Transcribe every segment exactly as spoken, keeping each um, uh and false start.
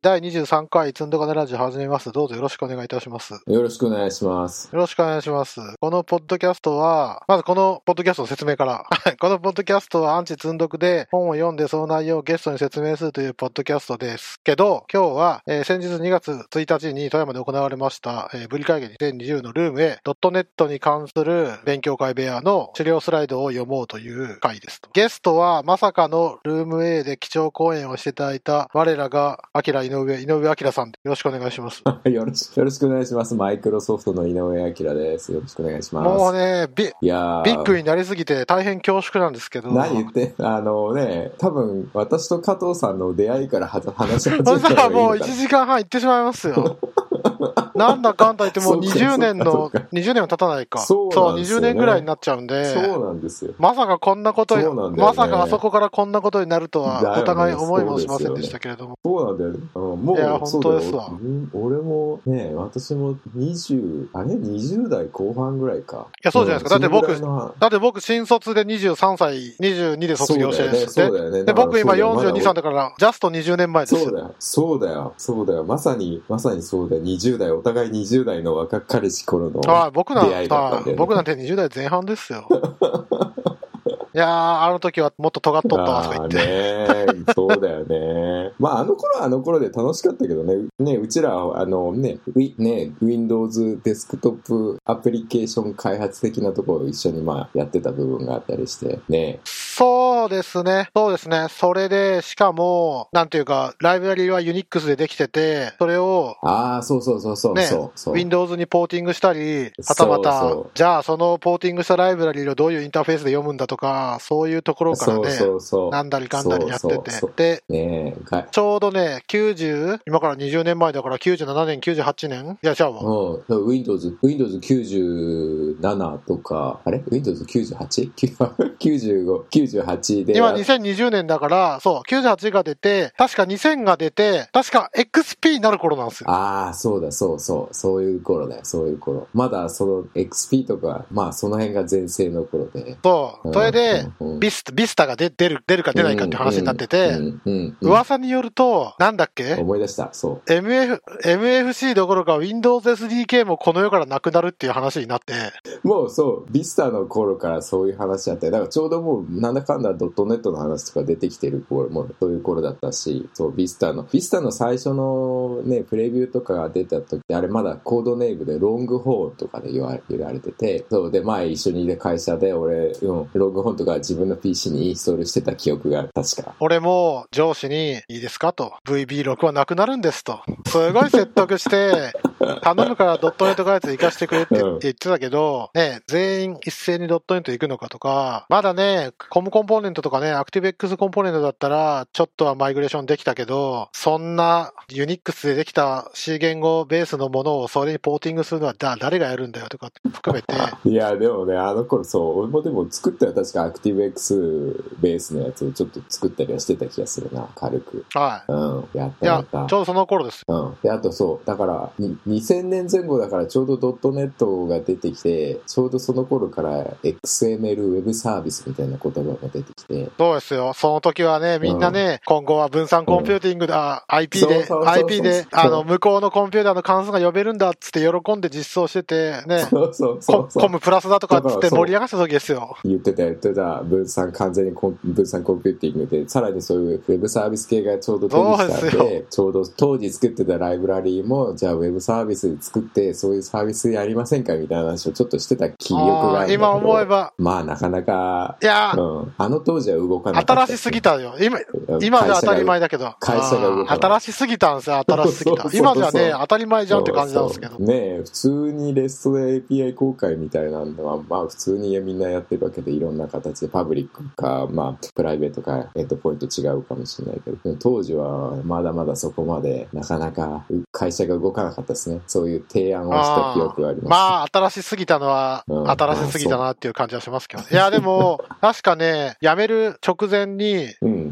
だいにじゅうさんかいつんどかねラジオ始めます。どうぞよろしくお願いいたします。 よろしくお願いします。 よろしくお願いします。このポッドキャストは、まずこのポッドキャストの説明から。このポッドキャストはアンチ積んどくで本を読んでその内容をゲストに説明するというポッドキャストですけど、今日は、えー、先日にがつついたちに富山で行われました、えー、ブリ会議にせんにじゅうのルームへドットネットに関する勉強会部屋の資料スライドを読もうという回ですと。ゲストはまさかのルーム A で基調講演をしていただいた我らがアキラ井上、井上明さんでよろしくお願いします。 よろしく、よろしくお願いします。マイクロソフトの井上明です。よろしくお願いします。 もうね、ビ, いやビッグになりすぎて大変恐縮なんですけど。 何言って、あのね、多分私と加藤さんの出会いから話し始めたらいいのかな。 もういちじかんはん行ってしまいますよ。なんだかんだ言ってもうにじゅうねんの、にじゅうねんは経たないか。そう、そう、にじゅうねんぐらいになっちゃうんで。 そうなんですよ。 まさかこんなことに、ね、まさかあそこからこんなことになるとは、お互い思いもしませんでしたけれども。 そうなんだよね。もう、 いや、本当ですわ。 俺もね、私もにじゅう、あれ ?にじゅう 代後半ぐらいか。 いや、そうじゃないですか。だって僕、だって僕、新卒でにじゅうさんさい、にじゅうにで卒業してですね。そうだよね。で、僕今よんじゅうにさいだから、ジャストにじゅうねんまえですよ。 そうだよ。そうだよ。そうだよ。まさに、まさにそうだよ。にじゅう代、お互いにじゅう代の若かりし頃の出会いだったんで、ね。 僕なんてにじゅう代前半ですよ。いやー、あの時はもっと尖っとったわとか言って。 あねそうだよね。まあ、あの頃はあの頃で楽しかったけどね。ね、うちらは、あのね、ね、Windows デスクトップアプリケーション開発的なところを一緒にまあやってた部分があったりしてね。 そうですね。そうですね。それで、しかも、なんていうか、ライブラリは Unix でできてて、それを、 ああ、そうそうそうそう。 ね、 そうそう Windows にポーティングしたり、はたまた、そうそうじゃあそのポーティングしたライブラリをどういうインターフェースで読むんだとか、そういうところからね、そうそうそうなんだりかんだりやってて。そうそうそうで、ね、ちょうどね、きゅうじゅう、今からにじゅうねんまえだからきゅうじゅうななねん、きゅうじゅうはちねんいや、違うわ。 うん、Windows、Windows きゅうじゅうななとか、あれ ?Windows きゅうじゅうはち?きゅうじゅうご、きゅうじゅうはちで。 今にせんにじゅうねんだから、そう、きゅうじゅうはちが出て、確かにせんが出て、確か エックスピー になる頃なんですよ。 ああ、そうだ、そうそう、そういう頃だよ、そういう頃。まだその エックスピー とか、まあその辺が全盛の頃で。 そう。それで、うんうん、ビス、ビスタが出る、出るか出ないかっていう話になってて、噂によると、なんだっけ思い出した、そう。 エムエフ、エムエフシー どころか Windows エスディーケー もこの世からなくなるっていう話になって。 もうそう、ビスタの頃からそういう話あって、だからちょうどもうなんだかんだドットネットの話とか出てきてる頃もそういう頃だったし、そう、ビスタの、ビスタの最初のね、プレビューとかが出た時って、あれまだコードネームでロングホーンとかで言われ、言われてて、そうで、前一緒にいる会社で俺、うん、ロングホーンとか自分の ピーシー にインストールしてた記憶が確か。 俺も上司に、いいですかと、ブイビーろく はなくなるんですと。すごい説得して、頼むからドットネット開発行かしてくれって言ってたけど、うん、ね、全員一斉にドットネット行くのかとか、まだね、コムコンポーネントとかね、アクティブ X コンポーネントだったら、ちょっとはマイグレーションできたけど、そんな Unix でできた C 言語ベースのものをそれにポーティングするのはだ誰がやるんだよとか含めて。 いや、でもね、あの頃そう、俺もでも作ったよ。確かアクティブ X ベースのやつをちょっと作ったりはしてた気がするな、軽く。 はい。 うん、やったやった。 いや、ちょうどその頃です。 うん。で、あとそう、だから、にせんねんぜん後だからちょうどドットネットが出てきて、ちょうどその頃から エックスエムエル ウェブサービスみたいな言葉も出てきて。 そうですよ。その時はね、みんなね、うん、今後は分散コンピューティングだ、うん、アイピー で、アイピー で、あの、向こうのコンピューターの関数が呼べるんだっつって喜んで実装してて、ね、 そうそうそうそうコムプラスだとかっつって盛り上がった時ですよ。 言ってた言ってた、分散、完全にコン分散コンピューティングで、さらにそういうウェブサービス系がちょうど出てきたんで、ちょうど当時作ってたライブラリーも、じゃあウェブサービスで作って、そういうサービスやりませんかみたいな話をちょっとしてた記憶があるんだけど。 今思えば。 まあなかなか、 いや、 うん、あの当時は動かなかった。 新しすぎたよ。今、今じゃ当たり前だけど。 会社が動かな新しすぎたんですよ、新しすぎた。今じゃね、当たり前じゃんって感じなんですけど。 そうそうねえ、普通にレストで エーピーアイ 公開みたいなのは、まあ普通にみんなやってるわけで、いろんな形でパブリックか、まあプライベートか、エンドポイント違うかもしれないけど、当時はまだまだそこまでなかなか会社が動かなかったですね。そういう提案をした記憶があります。 まあ新しすぎたのは、うん、新しすぎたなっていう感じはしますけど。いやでも、確かね、辞める直前に、うん、 。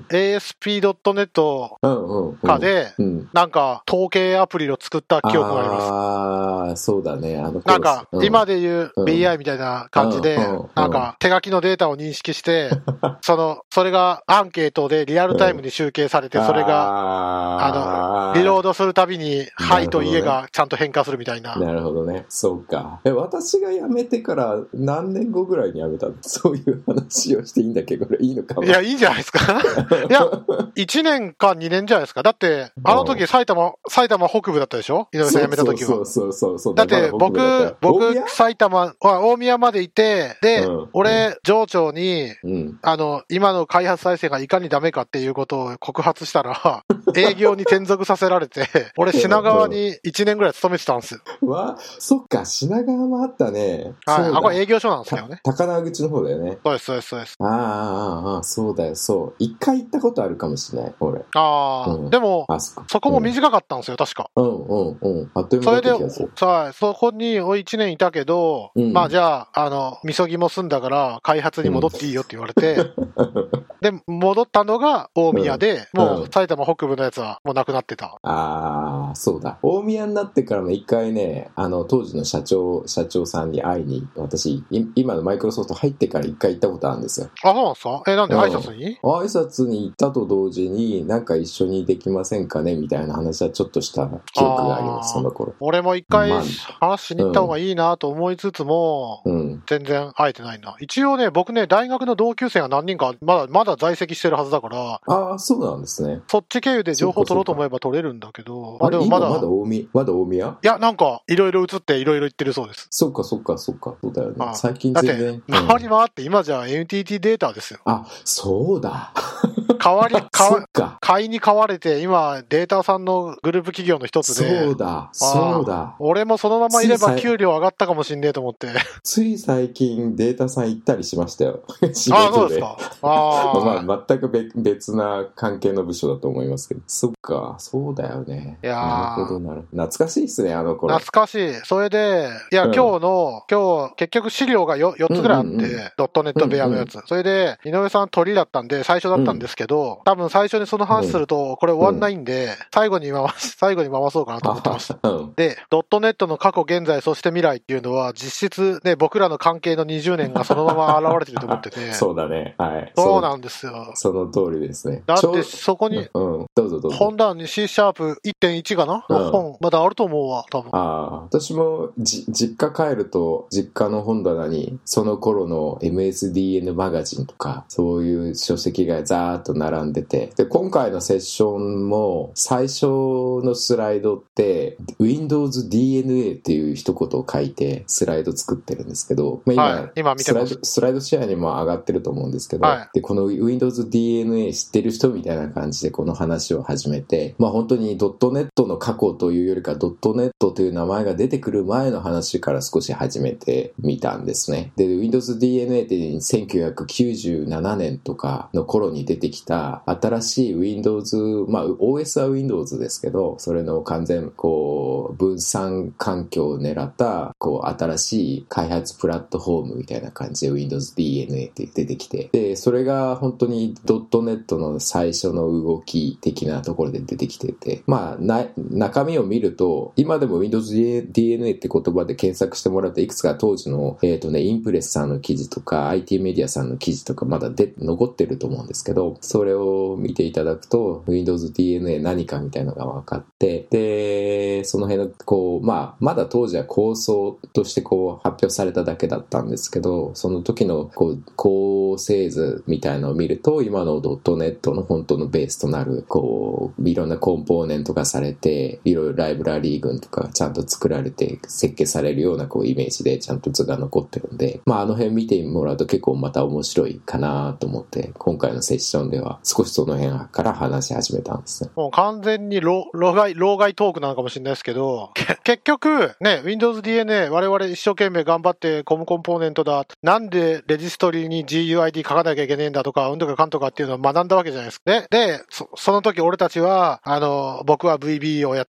エーエスピードットネットうんうんうん。 かで、 うん。 なんか統計アプリを作った記憶があります。 ああ、そうだね。あのなんか、 うん今で言う ビーアイ みたいな感じで、 うんうんなんか手書きのデータを認識して、その、それがアンケートでリアルタイムに集計されて、それが、あの、リロードするたびに、はいと家がちゃんと変化するみたいな。 なるほどね。そうか。え、私が辞めてから何年後ぐらいに辞めたの？そういう話をしていいんだっけ？これいいのかも。 いや、いいんじゃないですか。いや、いちねんかにねんじゃないですか。だって、あの時埼玉、埼玉北部だったでしょ？井上さん辞めた時は。 そうそうそうそう。 だって僕、僕、埼玉、大宮までいて、で、うん、俺、上長に、うん、あの、今の開発体制がいかにダメかっていうことを告発したら、営業に転属させられて、俺品川にいちねんぐらい勤めてたんですよ。 わ、そっか、品川もあったね。 はい。あ、これ営業所なんですよね。 高輪口の方だよね。 そうです、そうです、そうです。 ああ、ああ、そうだよ、そう。一回行ったことあるかもしれない、俺。 ああ、うん、でも、そこも短かったんですよ、確か。 うんうんうん。あっという間だった気がする。 それで、さあ、そこにいちねんいたけど、うん、まあじゃあ、あの、みそぎも済んだから、開発に戻っていいよって言われて、で、戻ったのが大宮で、うん、もう埼玉北部のやつはもうなくなってた。 ああ、そうだ。大宮になってからも一回ね、あの、当時の社長、社長さんに会いに、私、今のマイクロソフト入ってから一回行ったことあるんですよ。 あ、そうなんですか？え、なんで挨拶に、 うん、挨拶に行ったと同時に、なんか一緒にできませんかねみたいな話はちょっとした記憶があります、その頃。 俺も一回話しに行った方がいいなと思いつつも、うん、全然会えてないな。一応ね、僕ね、大学の同級生が何人か、まだ、まだ在籍してるはずだから、 ああ、そうなんですね。 そっち経由で情報取ろうと思えば取れるんだけど、 あ、でもまだ、まだ大宮まだ大宮いや、なんか、いろいろ移っていろいろ行ってるそうです。 そっかそっかそっか、そうだよね。最近全然。 だって、回り回って今じゃ エヌティーティー データですよ。 あ、そうだ。 代わり、買いに買われて、今、データさんのグループ企業の一つで。 そうだ、そうだ。 俺もそのままいれば給料上がったかもしんねえと思って。 つい最近、データさん行ったりしましたよ。仕事で。 あ、そうですか。 あまあ、全く別な関係の部署だと思いますけど。そっか、そうだよね。 いやなるほどなる。懐かしいっすね、あの頃。 懐かしい。それで、いや、うん、今日の、今日、結局資料が よ, よっつぐらいあって、うんうんうん、ドットネット部屋のやつ。うんうん、それで、井上さん鳥だったんで、最初だったんですけど、うん、多分最初にその話すると、これ終わんないんで、うん、最後に回す、最後に回そうかなと思ってました。うん、で、ドットネットの過去、現在、そして未来っていうのは、実質ね、僕らの関係のにじゅうねんがそのまま現れてると思ってて。 そうだね。はい。 そうなんですよ。 その通りですね。 だってそこに、 うん、どうぞどうぞ。 本棚に C シャープ いってんいち かな、うん、本、まだあると思うわ、多分。 ああ、私もじ実家帰ると、実家の本棚に、その頃の エムエスディーエヌ マガジンとか、そういう書籍がザーッと並んでて、で、今回のセッションも、最初のスライドって、Windows ディーエヌエー っていう一言を書いて、スライド作ってるんですけど、まあ、今、はい、今見てます。スライド、スライドシェアにも上がってると思うんですけど、はい、で、この Windows ディーエヌエー 知ってる人みたいな感じでこの話を始めて、まあ本当にドットネットの過去というよりか、ドットネットという名前が出てくる前の話から少し始めてみたんですね。で、Windows ディーエヌエー ってせんきゅうひゃくきゅうじゅうななねんとかの頃に出てきた新しい Windows、まあ オーエス は Windows ですけど、それの完全こう分散環境を狙ったこう新しい開発プラットフォームみたいな感じで Windows ディーエヌエー って出てきて、で、それが本当にドットネットの最初の動き的なところで出てきてて、まあな中身を見ると、今でも Windows ディーエヌエー って言葉で検索してもらうといくつか当時のえっとねインプレスさんの記事とか アイティー メディアさんの記事とかまだで残ってると思うんですけど、それを見ていただくと Windows ディーエヌエー 何かみたいなのが分かって、でその辺のこうまあまだ当時は構想としてこう発表されただけだったんですけど、その時のこう構成図みたいなのを見ると、今のドットネットの本当のベースとなるこういろんなコンポーネントがされて、いろいろライブラリー群とかがちゃんと作られて設計されるようなこうイメージでちゃんと図が残ってるんで、まああの辺見てもらうと結構また面白いかなと思って、今回のセッションでは少しその辺から話し始めたんですね。 もう完全に老害老害トークなのかもしれないですけど、結局ね Windows ディーエヌエー 我々一生懸命頑張ってコムコンポーネントだ、なんでレジストリに ジーユーアイディー 書かなきゃいけねえんだとか、うんとかかんとかっていうのを学んだわけじゃないですか。ね、で そ, その時俺たちはあの僕は ブイビー をやって、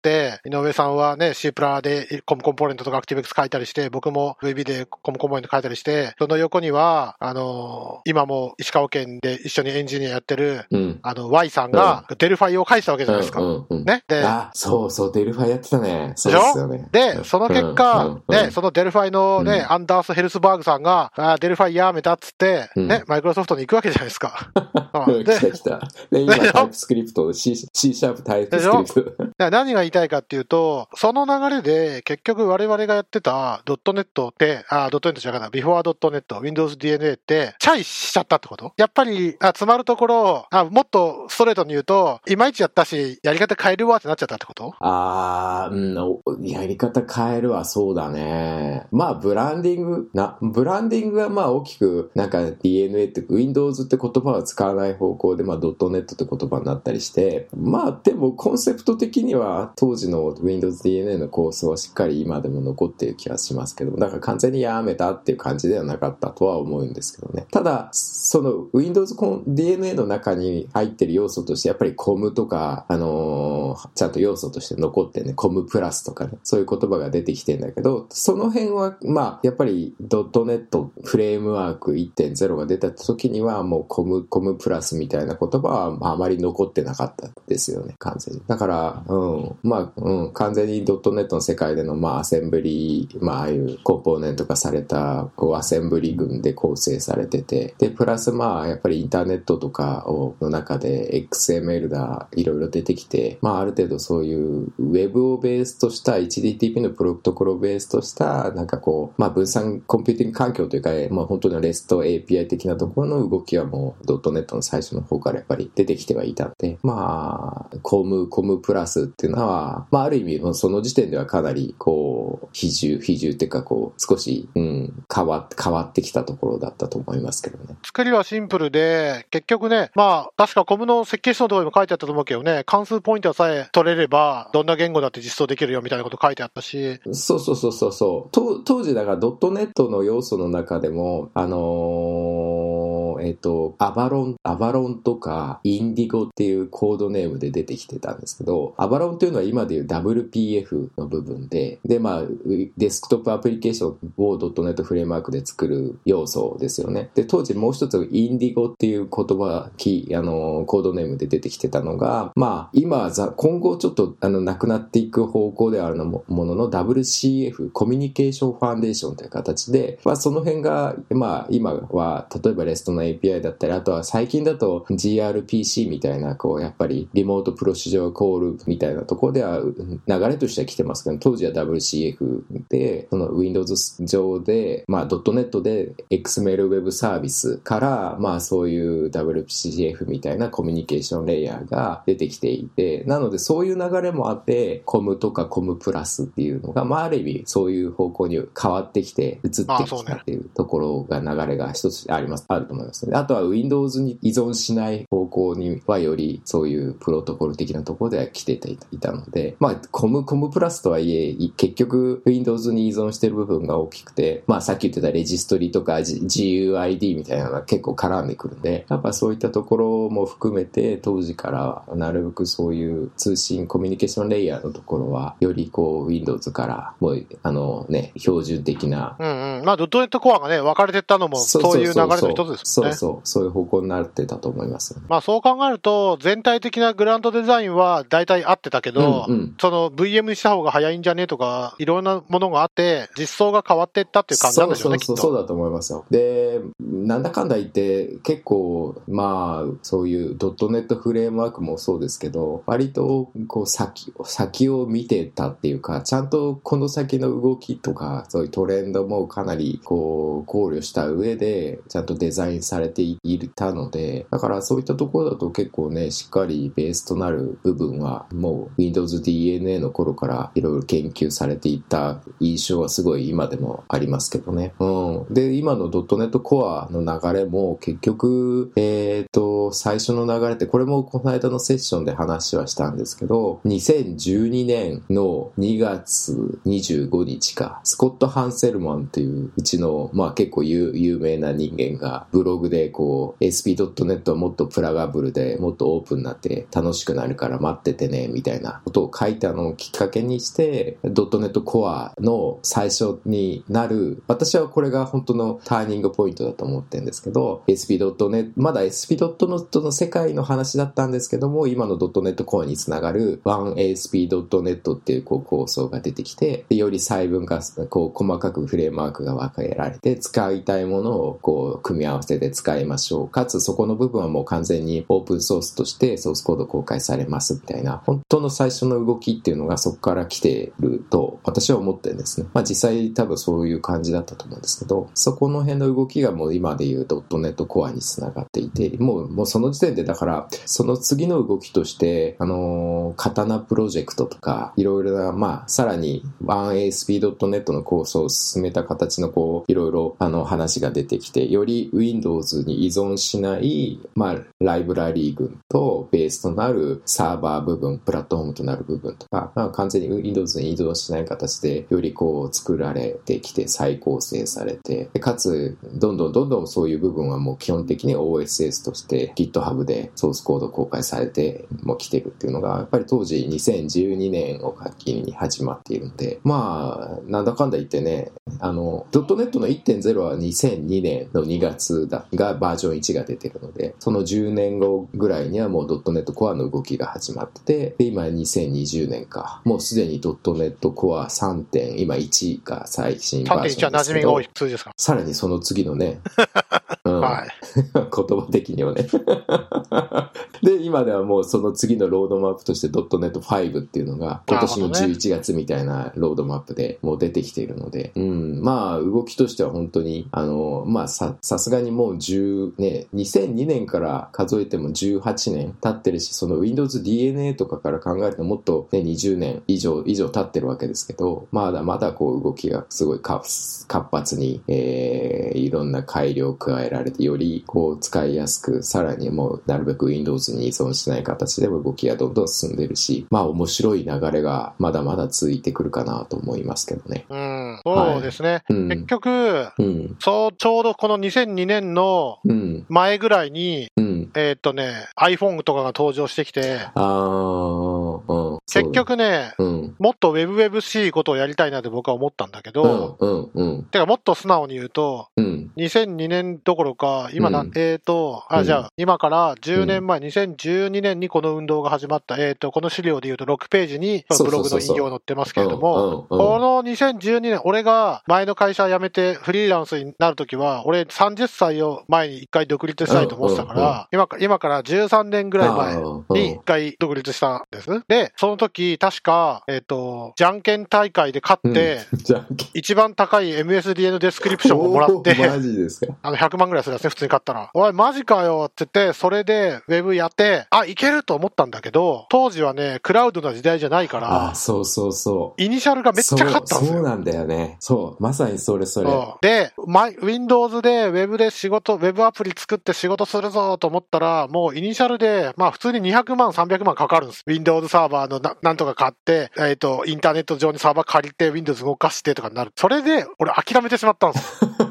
井上さんはね C プラでコムコンポーネントとか ActiveX 書いたりして、僕も ブイビー でコムコンポーネント書いたりして、その横にはあの今も石川県で一緒にエンジニアやってってる、 うん、 あの Y さんがデルファイを返したわけじゃないですか。 うんうんうん、 ね。で、 あ、そうそう、デルファイやってたね。そうですよね。 で、その結果、 うんうんね、 うん、 そのデルファイのね、うん、アンダース・ヘルスバーグさんが、あデルファイやめたっつって、うん、ね、マイクロソフトに行くわけじゃないですか。 で、来た来た。で、今、タイプスクリプト、C、C シャープタイプスクリプト。 何が言いたいかっていうと、その流れで、結局我々がやってたドットネットって、あ、ドットネットじゃなかった、ビフォードットネット、Windows ディーエヌエー って、チャイしちゃったってこと？やっぱり、あ、詰まるところ、あ、もっとストレートに言うと、いまいちやったし、やり方変えるわってなっちゃったってこと？ あー、うん、やり方変えるはそうだね。まあ、ブランディング、な、ブランディングはまあ大きく、なんか ディーエヌエー って、Windows って言葉は使わない方向で、まあ、ドットネットって言葉になったりして、まあ、でもコンセプト的には、当時の Windows ディーエヌエー の構想はしっかり今でも残っている気がしますけど、だから完全にやめたっていう感じではなかったとは思うんですけどね。ただ、その Windows ディーエヌエー の中に入ってる要素として、やっぱり コム とか、あのー、ちゃんと要素として残ってね、コム プラスとかね、そういう言葉が出てきてんだけど、その辺は、まあ、やっぱりドットネットフレームワーク いってんゼロ が出た時には、もう コム、コム プラスみたいな言葉はあまり残ってなかったですよね、完全に。だから、うん、まあ、うん、完全にドットネットの世界での、まあ、アセンブリー、まあ、ああいうコンポーネント化された、こう、アセンブリ群で構成されてて、で、プラス、まあ、やっぱりインターネットとかをの中で エックスエムエル だ、いろいろ出てきて、まあ、ある程度そういうウェブをベースとした エイチティーティーピー のプロトコルをベースとした、なんかこう、まあ、分散コンピューティング環境というか、まあ、本当に レスト エーピーアイ 的なところの動きはもうドットネットの最初の方からやっぱり出てきてはいたんで、まあ、コム、コムプラスっていうのは、まあ、ある意味、その時点ではかなり、こう、比重、比重っていうか、こう、少し、うん、変わって、変わってきたところだったと思いますけどね。 作りはシンプルで、結局ね、まあ、確かコムの設計書のところにも書いてあったと思うけどね、関数ポイントさえ取れれば、どんな言語だって実装できるよみたいなこと書いてあったし。 そうそうそうそうそう。と当時だからドットネットの要素の中でも、あのー、えっと、アバロン、アバロンとか、インディゴっていうコードネームで出てきてたんですけど、アバロンっていうのは今でいう ダブリューピーエフ の部分で、で、まあ、デスクトップアプリケーションをドットネットフレームワークで作る要素ですよね。で、当時もう一つインディゴっていう言葉、キー、あのー、コードネームで出てきてたのが、まあ、今はざ今後ちょっと、あの、なくなっていく方向であるのも、ものの ダブリューシーエフ、コミュニケーションファンデーションという形で、まあ、その辺が、まあ、今は、例えば レスト の エーピーアイ だったり、あとは最近だと ジーアールピーシー みたいな、こう、やっぱりリモートプロシジュアコールみたいなところでは、流れとしては来てますけど、当時は ダブリューシーエフ で、その Windows 上で、まあ、ドットネット で エックスエムエル Web サービスから、まあ、そういう ダブリューシーエフ みたいなコミュニケーションレイヤーが出てきていて、なのでそういう流れもあって、コムとかコムプラスっていうのが、まあ、ある意味そういう方向に変わってきて、移ってきたっていうところが流れが一つあります、あると思いますね。あとは Windows に依存しない方向にはよりそういうプロトコル的なところでは来ていたので、まあ、コム、コムプラスとはいえ、結局 Windows に依存している部分が大きくて、まあ、さっき言ってたレジストリとか ジーユーアイディー みたいなのが結構絡んでくるんで、やっぱそういったところも含めて当時からなるべくそういう通信コミュニケーションレイヤーのところはよりこう Windows からもうあのね標準的な、 うんうん、まあドットネットコアがね分かれてったのもそういう流れの一つですよね。 そうそうそういう方向になってたと思いますよね。 まあそう考えると全体的なグランドデザインは大体合ってたけど、うんうん、その ブイエム にした方が早いんじゃねとかいろんなものがあって実装が変わっていったっていう感じなんでしょうね。 そうそうそうそうだと思いますよ。でなんだかんだ言って結構まあそういうドットネットフレームワークもそうですけど割とこう先先を見てたっていうかちゃんとこの先の動きとかそういうトレンドもかなりこう考慮した上でちゃんとデザインされていたのでだからそういったところだと結構ねしっかりベースとなる部分はもう Windows ディーエヌエー の頃からいろいろ研究されていた印象はすごい今でもありますけどね、うん、で今のドットネットコアの流れも結局えっと最初の流れってこれもこの間のセッションで話はしたんですけどにせんじゅうにねんのにがつにじゅうごにちかスコット・ハンセルマンっていううちのまあ結構有, 有名な人間がブログでこう エスピードットネット はもっとプラガブルでもっとオープンになって楽しくなるから待っててねみたいなことを書いたのをきっかけにしてドットネットコアの最初になる私はこれが本当のターニングポイントだと思ってるんですけど エスピードットネット まだ エスピードット のット の世界の話だったんですけども、今の ドットネット コアにつながる ワンエーエスピードットネット っていうこう構想が出てきて、より細分化、こう細かくフレームワークが分けられて、使いたいものをこう組み合わせて使いましょう。かつそこの部分はもう完全にオープンソースとしてソースコード公開されますみたいな、本当の最初の動きっていうのがそこから来てると私は思ってるんですね。まあ実際多分そういう感じだったと思うんですけど、そこの辺の動きがもう今でいう ドットネット コアにつながっていて、もう、もうその時点でだからその次の動きとしてあのカタナプロジェクトとかいろいろな、まあさらに ワンエーエスピードットネット の構想を進めた形のこういろいろあの話が出てきて、より Windows に依存しない、まあ、ライブラリー群とベースとなるサーバー部分、プラットフォームとなる部分とか、まあ、完全に Windows に依存しない形でよりこう作られてきて再構成されて、かつどんどんどんどんそういう部分はもう基本的に オーエスエス として GitHub でソースコード公開されても来てるっていうのがやっぱり当時にせんじゅうにねんを書きに始まっているので、まあなんだかんだ言ってね、あのドットネットの いってんゼロ はにせんにねんのにがつだがバージョンいちが出てるので、そのじゅうねんごぐらいにはもう ドットネット コアの動きが始まってて、で今にせんにじゅうねんか、もうすでに ドットネット コアさんてん、今いちが最新バージョンですけど、 さんてんいちは馴染みが多い数字ですか。 さらにその次のね、うん、 はい、 言葉的にはねで今ではもうその次のロードマップとして ドットネットファイブ っていうのが今年のじゅういちがつみたいなロードマップでもう出てきているので、うん、まあ動きとしては本当にあのまあささすがにもうじゅうねにせんにねんから数えてもじゅうはちねん経ってるし、その Windows ディーエヌエー とかから考えるともっと、ね、にじゅうねん以上以上経ってるわけですけど、まだまだこう動きがすごい活発に、えー、いろんな改良を加えられて、よりこう使いやすく、さらにもうなるべく Windows に依存しない形でも動きがどんどん進んでるし、まあ面白い流れがまだまだ続いてくるかなと思いますけどね。 うん、そうですね、 はい、うん、 結局、うん、そうちょうどこのにせんにねんの前ぐらいに、うん、えー、っとね iPhone とかが登場してきて、あ、うん、結局ね、うん、もっと WebWebC ことをやりたいなって僕は思ったんだけど、うんうんうん、てかもっと素直に言うと、うん、にせんにねんどころか今な、うん、えー、っとあ、うん、じゃあ今からじゅうねんまえ、うん、にせんじゅうにねんにこの運動が始まった、えー、っとこの資料で言うとろくページにブログの引用載ってますけれども、このにせんじゅうにねん、俺が前の会社辞めてフリーランスになるときは、俺さんじゅっさいを前に一回独立したいと思ってたから、うんうんうん、今, 今からじゅうさんねんぐらい前に一回独立したんです。で、その時確か、えっと、じゃんけん大会で勝って、うん、一番高い エムエスディーエヌ デスクリプションをもらって、 マジですか？ あのひゃくまんぐらいするやつね、普通に買ったら。おい、マジかよって言って、それでウェブやって、あ、いけると思ったんだけど、当時はね、クラウドな時代じゃないから、 あ、そうそうそう。 イニシャルがめっちゃかかったんですよ。 そう、そうなんだよね。そう、まさにそれそれ。 で、Windows でウェブで仕事、ウェブアプリ作って仕事するぞと思ったら、もうイニシャルで、まあ普通ににひゃくまん、さんびゃくまんかかるんです。Windows サーバーの な, なんとか買って、えっと、インターネット上にサーバー借りて Windows 動かしてとかになる。それで、俺諦めてしまったんですよ。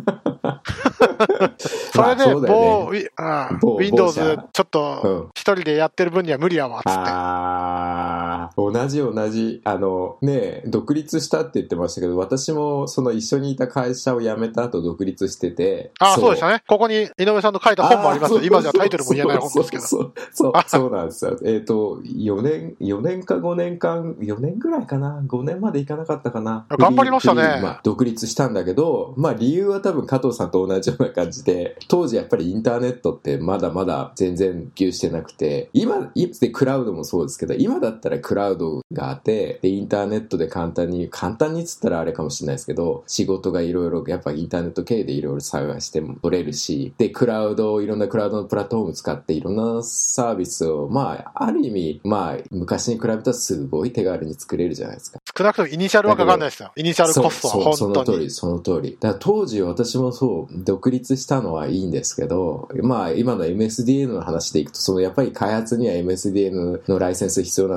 それで、某、まあね、Windows ちょっと一人でやってる分には無理やわっつって。 ああ、同じ同じ。あのね、独立したって言ってましたけど、私もその一緒にいた会社を辞めた後独立してて。 ああ、そうでしたね。ここに井上さんの書いた本もありますよ。今じゃタイトルも言えない本ですけど。 そうそうそうそうなんですよ。えっと、よねん、よねんかごねんかん、よねんぐらいかな。ごねんまでいかなかったかな。 頑張りましたね。 まあ、独立したんだけど、まあ理由は多分加藤さんと同じような感じで、当時やっぱりインターネットってまだまだ全然普及してなくて、今、でクラウドもそうですけど、今だったらクラウドがあって、でインターネットで簡単に、簡単にっつったらあれかもしれないですけど、仕事がいろいろ、やっぱインターネット経由でいろいろ探しても取れるし、で、クラウド、いろんなクラウドのプラットフォーム使っていろんなサービスを、まあ、ある意味、まあ、昔に比べたらすごい手軽に作れるじゃないですか。 少なくともイニシャルはかかんないですよ。イニシャルコストは本当に。 その通り、その通り。だから当時私もそう、独立したのはいいんですけど、まあ今の エムエスディーエヌ の話でいくと、そのやっぱり開発には エムエスディーエヌ のライセンス必要なんでサブス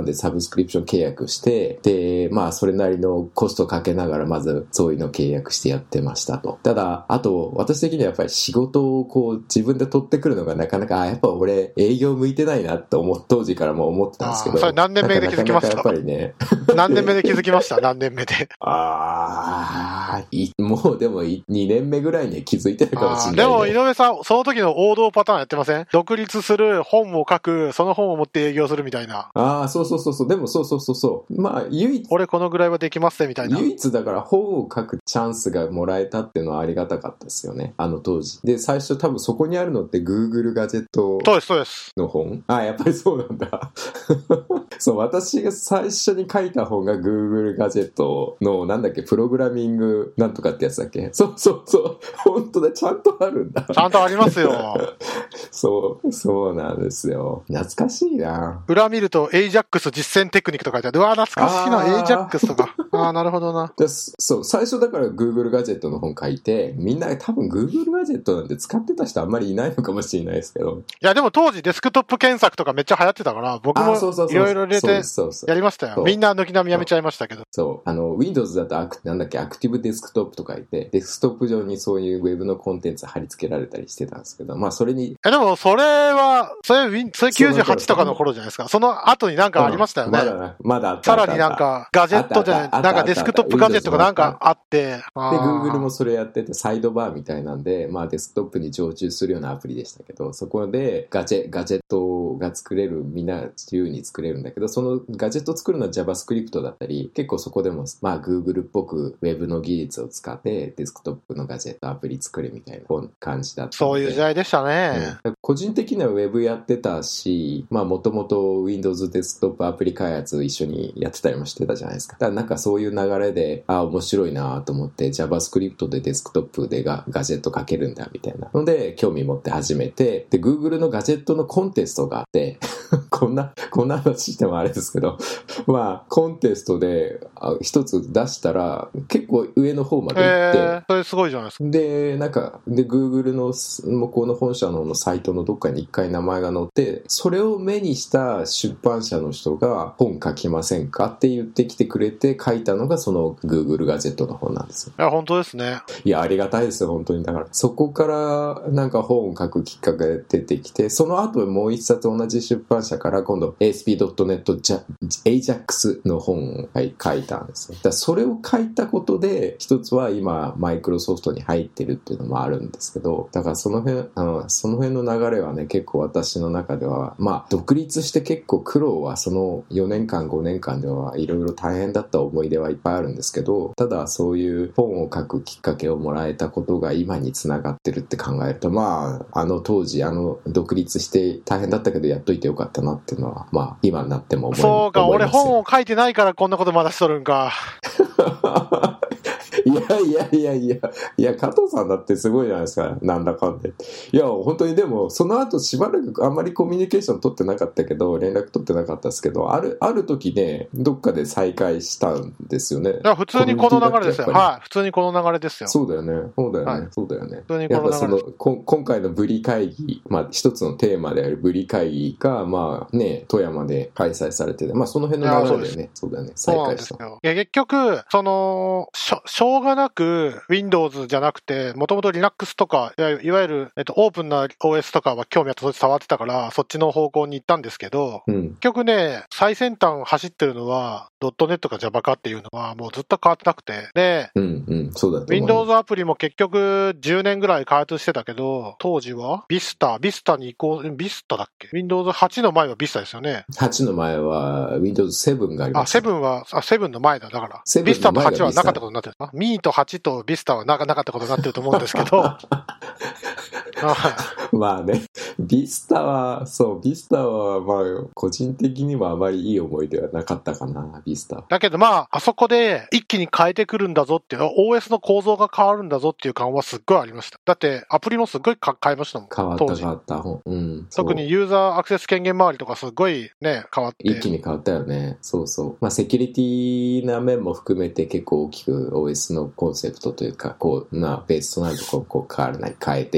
スクリプション契約して、で、まあそれなりのコストかけながらまずそういうのを契約してやってましたと。ただ、あと私的にはやっぱり仕事をこう自分で取ってくるのがなかなか、あ、やっぱ俺営業向いてないなと思当時からも思ってたんですけど。 それ何年目で気づきました？ なかなかやっぱりね。 何年目で気づきました？何年目で。 ああ、もうでもにねんめぐらいには気づいてるかもしれない、ね。 でも井上さん、その時の王道パターンやってません？独立する、本を書く、その本を持って営業するみたいな。 ああ、そうそうそうそう。でもそうそうそうそう。まあ唯一。 俺このぐらいはできますねみたいな。 唯一だから本を書くチャンスがもらえたっていうのはありがたかったですよね。あの当時。で、最初多分そこにあるのって Google ガジェットの本。ああ、やっぱりそうなんだ。そう、私が最初に書いた本が Google ガジェットのなんだっけ、プログラミングなんとかってやつだっけ。そうそうそう。本当だ、ちゃんとあるんだ。 ちゃんとありますよ。 そう、そうなんですよ。懐かしいな。 裏見ると Ajax 実践テクニックとか書いてある。うわ、懐かしいな、Ajax とか。ああ、なるほどな。 でそう、最初だから Google ガジェットの本書いて、みんな多分 Google ガジェットなんて使ってた人あんまりいないのかもしれないですけど。 いや、でも当時デスクトップ検索とかめっちゃ流行ってたから、僕もいろいろ入れてやりましたよ。みんな軒並みやめちゃいましたけど。 そう。あの、Windows だとアク、なんだっけ、アクティブデスクトップとかいて、デスクトップ上にそういう Web のコンテンツ貼り付けられたりしてたんですけど、まあそれに。 え、でもそれは、それ、それきゅうじゅうはちとかの頃じゃないですか。その後になんかありましたよね。 うん、まだ、まだあった。 さらになんか、ガジェットじゃない、なんかデスクトップガジェットがなんかあって、で、 Google もそれやってて、サイドバーみたいなんで、まあデスクトップに常駐するようなアプリでしたけど、そこでガジェ、ガジェットが作れる、みんな自由に作れるんだけど、そのガジェットを作るのは JavaScript だったり、結構そこでも、まあ Google っぽく Web の技術を使ってデスクトップのガジェットアプリ作るみたいな感じだった。 そういう時代でしたね。 うん、個人的には Web やってたし、まあもともと Windows デスクトップアプリ開発一緒にやってたりもしてたじゃないですか。だからなんかそういう流れで、あ、面白いなと思って JavaScript でデスクトップでガガジェット書けるんだみたいなので興味持って始めて、で Google のガジェットのコンテストがあってこんなこんな話してもあれですけどまあコンテストで一つ出したら結構上の方まで行って、えー、それすごいじゃないですか。 でなんかで Google の向こうの本社のサイトのどっかに一回名前が載って、それを目にした出版社の人が本書きませんかって言ってきてくれて書いたのがその Google ガジェットの本なんですよ。 いや本当ですね。 いやありがたいですよ本当に。だからそこからなんか本を書くきっかけが出てきて、その後もう一冊同じ出版社から今度 エーエスピードットネット Ajax の本を書いたんですよ。だからそれを書いたことで一つは今マイクロソフトに入ってるっていうのもあるんですけど、だからその辺あのその辺の流れはね結構私の中ではまあ独立して結構苦労はそのよねんかんごねんかんではいろいろ大変だった思い出はいっぱいあるんですけど、ただそういう本を書くきっかけをもらえたことが今につながってるって考えると、まああの当時あの独立して大変だったけどやっといてよかったなっていうのはまあ今になっても思います。 そうか、俺本を書いてないからこんなことまだしとるんか。 いやいやいやいやいや、加藤さんだってすごいじゃないですか、なんだかんで。いや本当に。でもその後しばらくあんまりコミュニケーション取ってなかったけど、連絡取ってなかったですけど、あるある時ねどっかで再会したんですよね。 いや普通にこの流れですよ。はい、普通にこの流れですよ。 そうだよねそうだよね、はい、そうだよね。 普通にこの流れ。やっぱそのこ今回のブリ会議、まあ一つのテーマであるブリ会議がまあね富山で開催されてて、まあその辺の流れでね、そうだよね、再会した。 いや結局そのしょしょうがなくWindows じゃなくて、もともと Linux とか、いわいわゆる、えっと、オープンな オーエス とかは興味あってそっち触ってたから、そっちの方向に行ったんですけど、うん、結局ね、最先端走ってるのは、ドットネットか Java かっていうのはもうずっと変わってなくて、で、 うんうん、そうだと思う。 Windows アプリも結局じゅうねんぐらい開発してたけど、当時は Vista、Vista に移行、Vista だっけ ?Windows はちの前は Vista ですよね。 はちの前は Windows セブンがありました。 あ、セブンは、あ、セブンの前だ、だから。Vista とはちはなかったことになってるな。ミーとはちと Vista はなかったことになってると思うんですけど。 まあね、ビスタは、そう、ビスタはまあ、個人的にはあまりいい思い出はなかったかな、ビスタ。 だけどまあ、あそこで一気に変えてくるんだぞっていう、オーエス の構造が変わるんだぞっていう感はすっごいありました。だって、アプリもすっごい変えましたもん。 変わった変わった。うん。 特にユーザーアクセス権限周りとかすっごいね、変わって。 一気に変わったよね。そうそう。まあ、セキュリティな面も含めて結構大きく オーエス のコンセプトというか、こう、な、ベースとなるとこう、こう変わらない、変えてきてた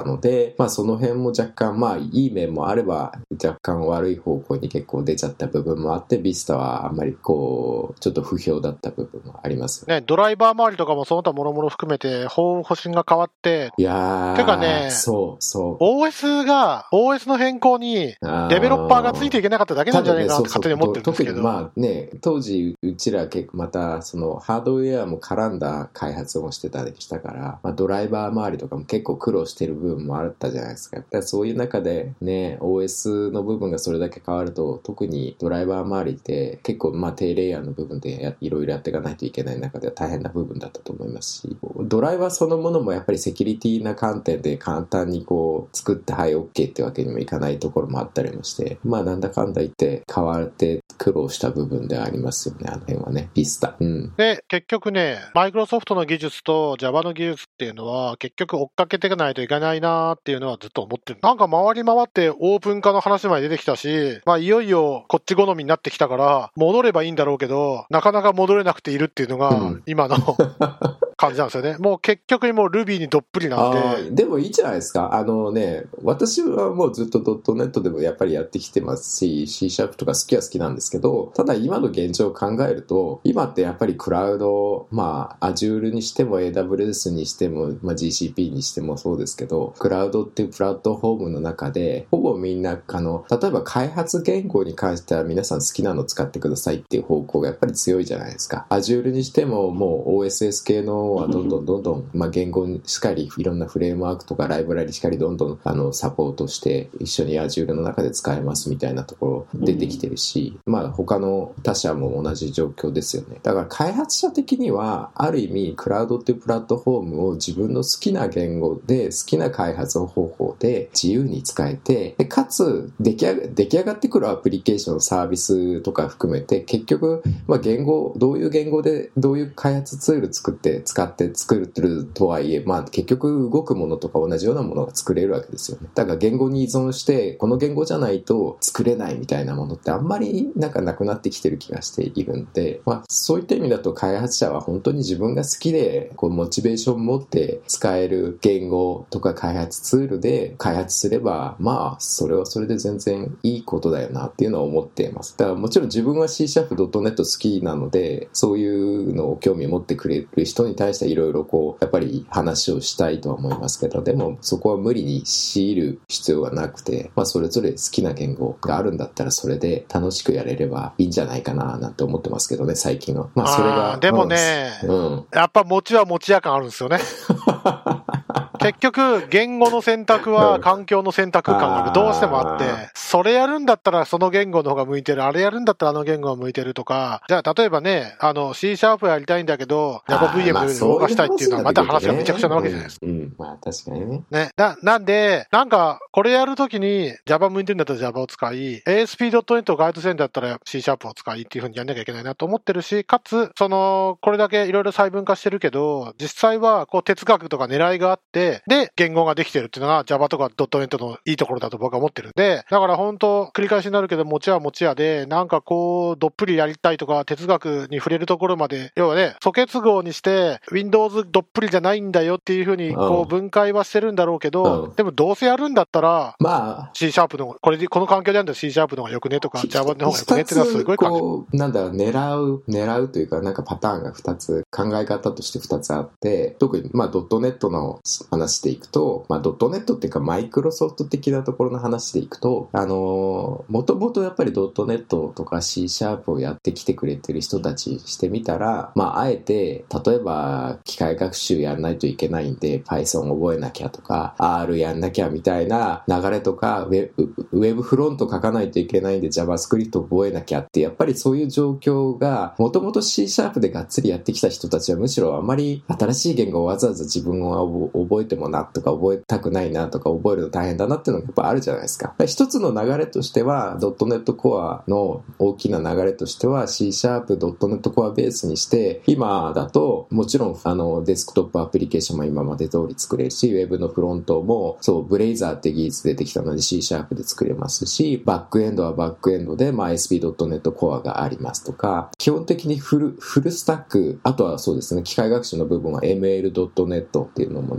ので、まあその辺も若干まあいい面もあれば若干悪い方向に結構出ちゃった部分もあって、ビスタはあんまりこうちょっと不評だった部分もありますよね。 ね、ドライバー周りとかもその他もろもろ含めて方針が変わって、 いやー、 てかね、 そうそう。 オーエス が、オーエス の変更にデベロッパーがついていけなかっただけなんじゃないかなって勝手に思ってるんですけど。 特にまあね、当時うちら結構またそのハードウェアも絡んだ開発もしてたりしたから、まあ、ドライバー周りとかも結構苦労してる部分もあったじゃないですか。だからそういう中でね、オーエス の部分がそれだけ変わると、特にドライバー周りって結構まあ低レイヤーの部分でいろいろやっていかないといけない中では大変な部分だったと思いますし、ドライバーそのものもやっぱりセキュリティな観点で簡単にこう作ってはい OK ってわけにもいかないところもあったりもして、まあなんだかんだ言って変わって苦労した部分ではありますよね、あの辺はね、ビスタ。うん、 で、結局ね、マイクロソフトの技術と Java の技術っていうのは結局追っかけていかないといけないなーっていうのはずっと思ってる。なんか回り回ってオープン化の話まで出てきたし、まあいよいよこっち好みになってきたから戻ればいいんだろうけど、なかなか戻れなくているっていうのが今の、うん感じなんですよね。もう結局にもう Ruby にどっぷりなんで。 あでもいいじゃないですか。あのね、私はもうずっと ドットネット でもやっぱりやってきてますし、C シャープとか好きは好きなんですけど、ただ今の現状を考えると、今ってやっぱりクラウド、まあ Azure にしても エーダブリューエス にしても、まあ、ジーシーピー にしてもそうですけど、クラウドっていうプラットフォームの中で、ほぼみんなあの、例えば開発言語に関しては皆さん好きなの使ってくださいっていう方向がやっぱり強いじゃないですか。Azure にしてももう オーエスエス 系のはどんどんどんどん、まあ、言語しかりいろんなフレームワークとかライブラリしかりどんどんあのサポートして一緒に Azure の中で使えますみたいなところ出てきてるし、まあ他の他社も同じ状況ですよね。だから開発者的にはある意味クラウドっていうプラットフォームを自分の好きな言語で好きな開発方法で自由に使えて、でかつ出来上が出来上がってくるアプリケーションサービスとか含めて結局、まあ、言語どういう言語でどういう開発ツール作って使って作るとはいえ、まあ結局動くものとか同じようなものが作れるわけですよね。だから言語に依存してこの言語じゃないと作れないみたいなものってあんまりなんかなくなってきてる気がしているんで、まあそういった意味だと開発者は本当に自分が好きでこうモチベーションを持って使える言語とか開発ツールで開発すれば、まあそれはそれで全然いいことだよなっていうのは思っています。だからもちろん自分は C シャープ ドットネット 好きなので、そういうのを興味を持ってくれる人に対していろいろこうやっぱり話をしたいとは思いますけど、でもそこは無理に強いる必要はなくて、まあそれぞれ好きな言語があるんだったらそれで楽しくやれればいいんじゃないかななんて思ってますけどね、最近は。まあそれがでもね、うん、やっぱ餅は餅屋感あるんですよね。結局言語の選択は環境の選択感がどうしてもあって、それやるんだったらその言語の方が向いてる、あれやるんだったらあの言語が向いてるとか、じゃあ例えばね、あの C シャープやりたいんだけど JavaVM で動かしたいっていうのはまた話がめちゃくちゃなわけじゃないですか。 うんうん、まあ確かにね。 ね、な、なんで、なんかこれやるときに Java 向いてるんだったら Java を使い、エーエスピードットネット をガイドするんだったら C シャープを使いっていう風にやんなきゃいけないなと思ってるし、かつそのこれだけいろいろ細分化してるけど、実際はこう哲学とか狙いがあって、で言語ができてるっていうのが Java とか ドットネット のいいところだと僕は思ってるんで、だから本当繰り返しになるけど、持ちは持ちやで、なんかこうどっぷりやりたいとか哲学に触れるところまで、要はね、素結合にして Windows どっぷりじゃないんだよっていう風にこう分解はしてるんだろうけど、うん、でもどうせやるんだったら、まあ C シャープのこれでこの環境でやるんだら C シャープの方がよくねとか Java の方がよくねっていうのはすごい感じ。 こうなんだ狙う狙うというかなんかパターンがふたつ、考え方としてふたつあって、特にまあ ドットネット の話でいくと、まあ、ドットネット っていうかマイクロソフト的なところの話でいくと、あのもともとやっぱり ドットネット とか C シャープをやってきてくれてる人たちしてみたら、まああえて例えば機械学習やんないといけないんで Python 覚えなきゃとか R やんなきゃみたいな流れとか、ウェブ、ウェブフロント書かないといけないんで JavaScript 覚えなきゃって、やっぱりそういう状況がもともと C シャープでがっつりやってきた人たちはむしろあまり新しい言語をわざわざ自分は覚えてもなとか覚えたくないなとか覚えるの大変だなっていうのがやっぱあるじゃないですか。一つの流れとしては ドットネット Core の大きな流れとしては C シャープ ドットネット Core ベースにして、今だともちろんあのデスクトップアプリケーションも今まで通り作れるし、ウェブのフロントもそうブレイザーって技術出てきたので C シャープで作れますし、バックエンドはバックエンドで、まあ、エスピードットネット Core がありますとか、基本的にフル、フルスタック、あとはそうですね、機械学習の部分は エムエルドットネット っていうのも出てき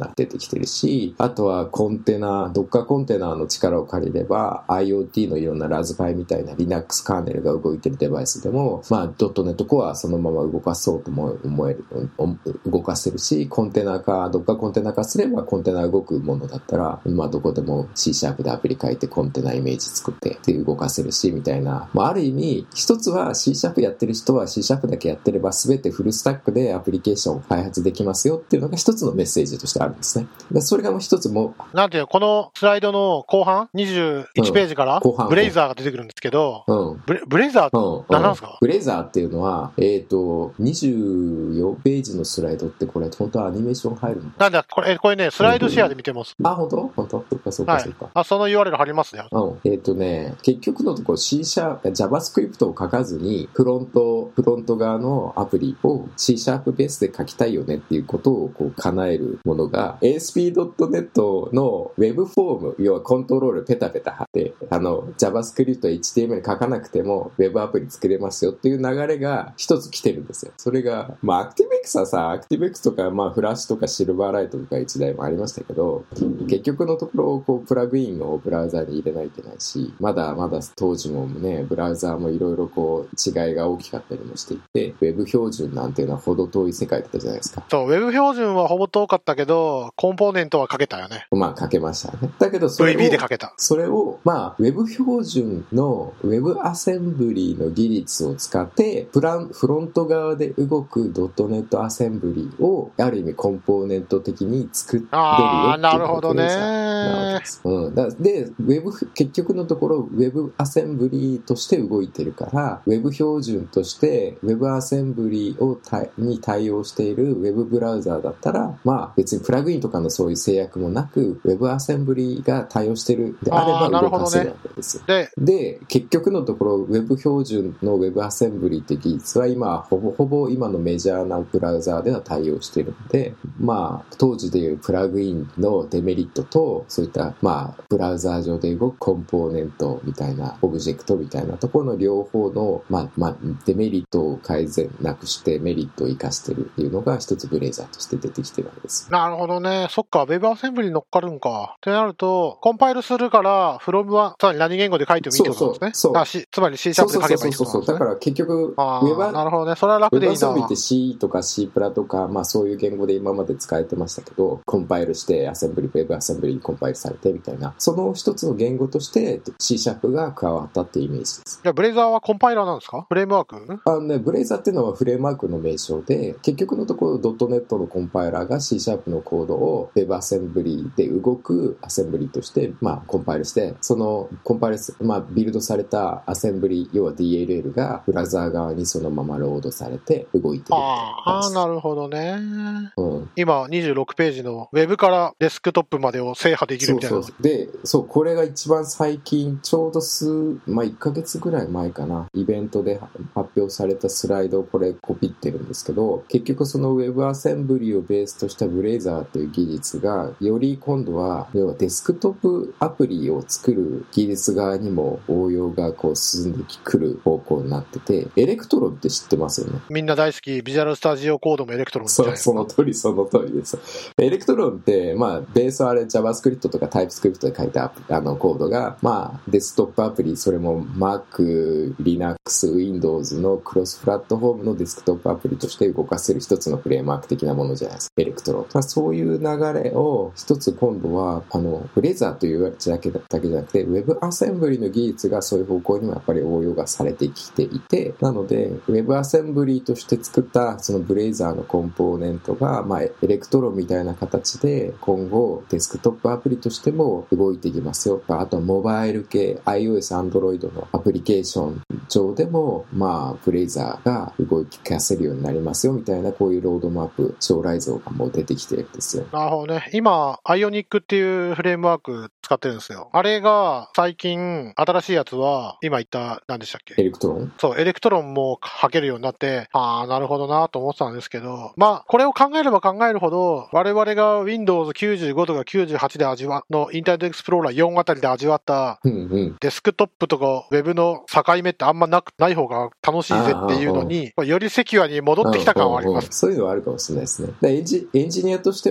きてるし、あとはコンテナ、Docker コンテナの力を借りれば IoT のいろんなラズパイみたいな Linux カーネルが動いてるデバイスでも、まあ、ドットネット Core はそのまま動かそうとも思える、動かせるし、コンテナ化、Docker コンテナ化すればコンテナ動くものだったら、まあ、どこでも C シャープでアプリ書いてコンテナイメージ作ってで動かせるし、みたいな。まあ、ある意味、一つは C シャープやってる人は C シャープだけやってれば全てフルスタックでアプリケーションを開発できますよっていうのが一つのメッセージとしてあるんですね。でそれがもう一つも。 なんていうこのスライドの後半にじゅういちページから、うん、ブレイザーが出てくるんですけど、うん、ブレ、ブレイザーって何なんですか、うんうん、 ブレイザーっていうのは、えっと、にじゅうよんページのスライドってこれ本当はアニメーション入るのなんだ、これ、これね、スライドシェアで見てます。 うん、あ、本当本当そっかそっかそっか。 はい、あ、その ユーアールエル 貼りますね。 うん。えっとね、結局のところ C シャープ、JavaScript を書かずに、フロント、フロント側のアプリを C シャープベースで書きたいよねっていうことをこう叶えるものが エーエスピードットネット の Web フォーム、要はコントロールペタペタ貼って、あの、JavaScript、エイチティーエムエル 書かなくても Web アプリ作れますよっていう流れが一つ来てるんですよ。それが、まあ ActiveX はさ、ActiveX とか、まあフラッシュとかシルバーライトとか一台もありましたけど、結局のところこうプラグインをブラウザに入れないといけないし、まだまだ当時もね、ブラウザーもいろいろこう違いが大きかったりもしていて、Web 標準なんていうのはほど遠い世界だったじゃないですか。 そう、Web 標準はほぼ遠かったけど、コンポーネントは書けたよね。 まあ書けましたね。だけどそれをブイビー で書けた。 それを、まあ Web 標準の Web アセンブリの技術を使って、プラン、フロント側で動く ドットネット アセンブリをある意味コンポーネント的に作れるよっていう。ああ、 なるほどね。 うん、だで、Web、結局のところ Web アセンブリとして動いてるから、Web 標準として Web アセンブリをたに対応している Web ブラウザーだったら、まあ別にプラグインとかのそういう制約もなく Web アセンブリが対応してるであれば動かせるわけですよ。 ね、 で, で、結局のところ Web 標準の Web アセンブリって技術は今ほぼほぼ今のメジャーなブラウザーでは対応しているので、まあ当時でいうプラグインのデメリットとそういったまあブラウザー上で動くコンポーネントみたいなオブジェクトみたいなところの両方のまあまあデメリットを改善なくしてメリットを生かしてるっていうのが一つブレイザーとして出てきてるわけです。 なるほどね。そっか、Web アセンブリに乗っかるんか。ってなると、コンパイルするから、フロムは、つまり何言語で書いてもいいってことですね。そうそうそう。つまり C シャープで書けばいいってことですね。そうそうそうそう。 だから結局、 あ Web なるほどね。それは楽でいいな。 Web アセンブリって C とか C プラとか、まあそういう言語で今まで使えてましたけど、コンパイルしてアセンブリ、Web アセンブリにコンパイルされてみたいな、その一つの言語として C シャープが加わったっていうイメージです。 じゃあブレイザーはコンパイラーなんですか？フレームワーク？ あのね、ブレイザーっていうのはフレームワークの名称で、結局のところ ドットネット のコンパイラーが C シャープのコードを Web アセンブリで動くアセンブリとして、まあコンパイルして、そのコンパイル、まあビルドされたアセンブリ、要は ディーエルエル がブラウザー側にそのままロードされて動いてる。 ああ、なるほどね。 うん、 今にじゅうろくページの Web からデスクトップまでを制覇できるみたいな。 そうそうで、そう、これが一番最近、ちょうど数、まあいっかげつぐらい前かな、イベントで発表されたスライドをこれコピってるんですけど、結局その Web アセンブリをベースとしたブレイザーという技術が、より今度は、要はデスクトップアプリを作る技術側にも応用がこう進んでくる方向になってて、エレクトロンって知ってますよね。 みんな大好き、ビジュアルスタジオコードもエレクトロンじゃないですか。 そ, その通り、その通りです。エレクトロンって、まあ、ベースはあれ JavaScript とか TypeScript で書いたあのコードが、まあ、デスクトップアプリ、それも Mac、Linux、Windows のクロスプラットフォームのデスクトップアプリとして動かせる一つのフレームワーク的なものじゃないですか。エレクトロン。そういう流れを一つ今度は、あの、ブレザーというだけだけじゃなくて、Web アセンブリの技術がそういう方向にもやっぱり応用がされてきていて、なので、Web アセンブリとして作ったそのブレイザーのコンポーネントが、まあ、エレクトロンみたいな形で今後デスクトップアプリとしても動いていきますよ。あとモバイル系 iOS、Android のアプリケーション上でも、まあ、ブレイザーが動かせるようになりますよみたいな、こういうロードマップ、将来像がもう出てきてるんですよ。 なるほどね。今、アイオニックっていうフレームワーク使ってるんですよ。あれが最近、新しいやつは、今言った、何でしたっけ？ エレクトロン？ そう、エレクトロンも書けるようになって、ああ、なるほどなと思ってたんですけど、まあ、これを考えれば考えるほど、我々が ウィンドウズきゅうじゅうご とかきゅうじゅうはちで味わのインターネットエクスプローラーよんあたりで味わった、 うんうん、 デスクトップとか Web の境目ってあんまなくない方が楽しいぜっていうのに、よりセキュアに戻ってきた感はあります。 そういうのはあるかもしれないですね。エンジ、エンジニアとしては、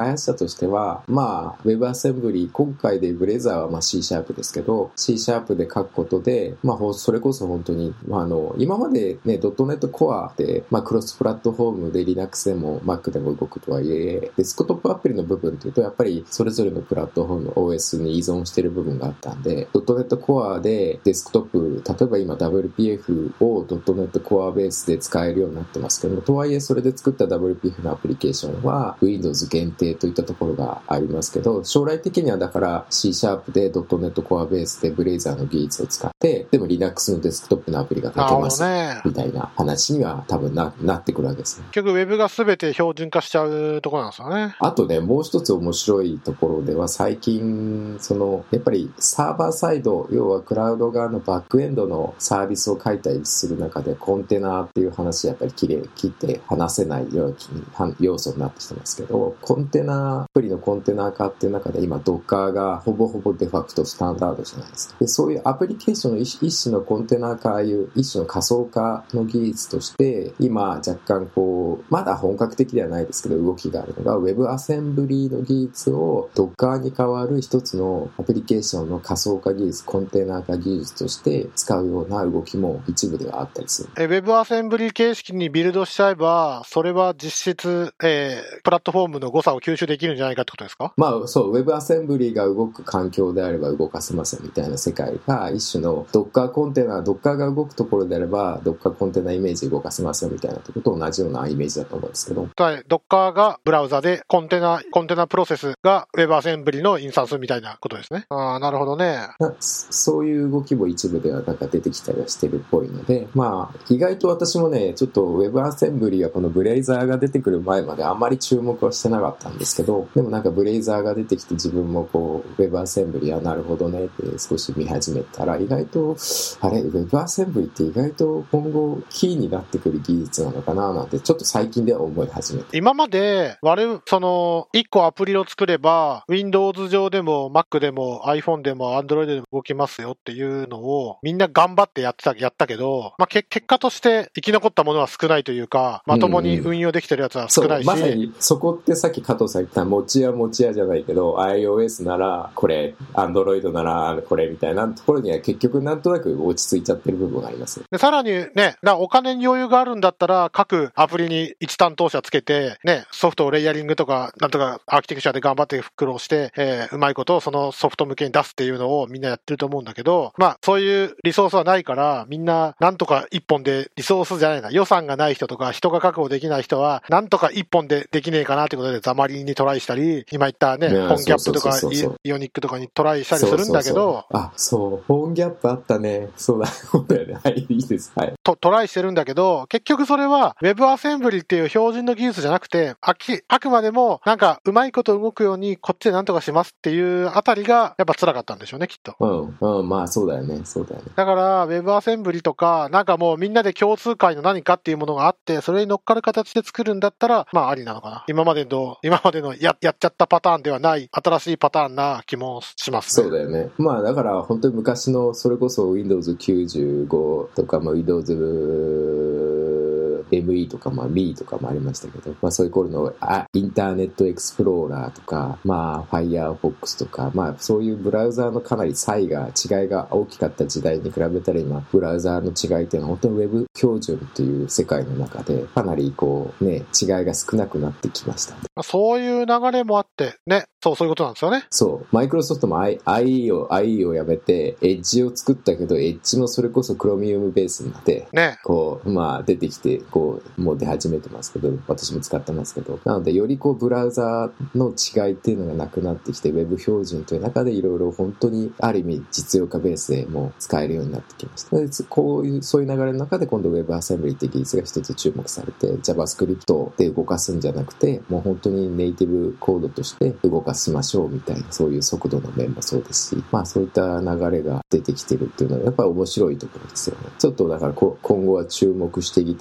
開発者としては、まあ WebAssembly、今回でブレザーはまあ C シャープですけど、C シャープで書くことで、まあそれこそ本当に、まあ、あの今までね ドットネット Core で、まあ、クロスプラットフォームで Linux でも Mac でも動くとはいえ、デスクトップアプリの部分というとやっぱりそれぞれのプラットフォーム オーエス に依存している部分があったんで、ドットネット Core でデスクトップ、例えば今 ダブリューピーエフ を ドットネット Core ベースで使えるようになってますけども、とはいえそれで作った ダブリューピーエフ のアプリケーションは Windows 限定といったところがありますけど、将来的にはだから C シャープで ドットネット Core ベースで Blazor の技術を使ってでも Linux のデスクトップのアプリが書けます、ね、みたいな話には多分 な, なってくるわけですね。 結局 Web が全て標準化しちゃうところなんですよね。 あとね、もう一つ面白いところでは最近そのやっぱりサーバーサイド、要はクラウド側のバックエンドのサービスを書いたりする中でコンテナっていう話やっぱり切れ切って話せない要素になってきてますけど、コンテナアプリのコンテナ化っていう中で今 Docker がほぼほぼデファクトスタンダードじゃないですか。でそういうアプリケーションの一種のコンテナ化、いう一種の仮想化の技術として今若干こうまだ本格的ではないですけど動きがあるのが WebAssembly の技術を Docker に代わる一つのアプリケーションの仮想化技術、コンテナ化技術として使うような動きも一部ではあったりする。 え WebAssembly 形式にビルドしちゃえばそれは実質、えー、プラットフォームの誤差を吸収できるんじゃないかってことですか？ まあそう、WebAssembly が動く環境であれば動かせますみたいな世界が一種の Docker コンテナ、Docker が動くところであれば Docker コンテナイメージ動かせますよみたいなことと同じようなイメージだと思うんですけど、 Docker がブラウザでコンテナコンテナプロセスが WebAssembly のインスタンスみたいなことですね。ああ、なるほどね。 そういう動きも一部ではなんか出てきたりはしてるっぽいので、まあ意外と私もねちょっと WebAssembly はこの Blazor が出てくる前まであんまり注目はしてなかったんですけど、でもなんか Blazor が出てきて自分もこう WebAssembly はなるほどねって少し見始めたら意外とあれ WebAssembly って意外と今後キーになってくる技術なのかななんてちょっと最近では思い始めて、 今まで我々そのいっこアプリを作れば Windows 上でも Mac でも iPhone でも Android でも動きますよっていうのをみんな頑張ってやってたやったけど、まあ、け結果として生き残ったものは少ないというか、まともに運用できてるやつは少ないし、 うんうん、そうまさにそこってさっき加藤さん言った持ち屋持ち屋じゃないけど iOS ならこれ Android ならこれみたいなところには結局なんとなく落ち着いちゃってる部分があります。 でさらにね、お金に余裕があるんだったら各アプリに一担当者つけてね、ソフトをレイヤリングとかなんとかアーキテクチャで頑張って苦労して、えー、うまいことをそのソフト向けに出すっていうのをみんなやってると思うんだけど、まあそういうリソースはないからみんななんとか一本でリソースじゃないな予算がない人とか人が確保できない人はなんとか一本でできねえかなってことでザマリンにトライしたり、今言ったねホンギャップとかイオニックとかにトライしたりするんだけど、そうそうそうあそうホンギャップあったね、そうだそうだよね、はいいいです、はいとトライしてるんだけど結局それは WebAssembly っていう標準の技術じゃなくて あ, きあくまでもなんかうまいこと動くようにこっちでなんとかしますっていうあたりがやっぱ辛かったんでしょうねきっと。 うんうんまあそうだよねそうだよね。 だから WebAssembly とかなんかもうみんなで共通解の何かっていうものがあってそれに乗っかる形で作るんだったらまあありなのかな。今までの今までの や, やっちゃったパターンではない新しいパターンな気もしますね。 そうだよね。まあだから本当に昔のそれこそ Windows きゅうじゅうごとか、まあ、Windowsエムイー とか、まあ、ミー とかもありましたけど、まあ、そういう頃のあインターネットエクスプローラーとか、まあ、Firefox とか、まあ、そういうブラウザーのかなり差異が違いが大きかった時代に比べたら今ブラウザーの違いっていうのは本当に Web 標準っていう世界の中でかなりこうね違いが少なくなってきました。 そういう流れもあってね、そうそういうことなんですよね。 そうマイクロソフトも アイイー を アイイー をやめてエッジを作ったけどエッジもそれこそクロミウムベースになってねこうまあ出てきてこうもう出始めてますけど私も使ってますけど、なのでよりこうブラウザーの違いっていうのがなくなってきて Web 標準という中でいろいろ本当にある意味実用化ベースでもう使えるようになってきました。でこういうそういう流れの中で今度 WebAssembly って技術が一つ注目されて JavaScript で動かすんじゃなくてもう本当にネイティブコードとして動かしましょうみたいなそういう速度の面もそうですし、まあそういった流れが出てきてるっていうのはやっぱり面白いところですよね。ちょっとだからこ今後は注目していきたい部分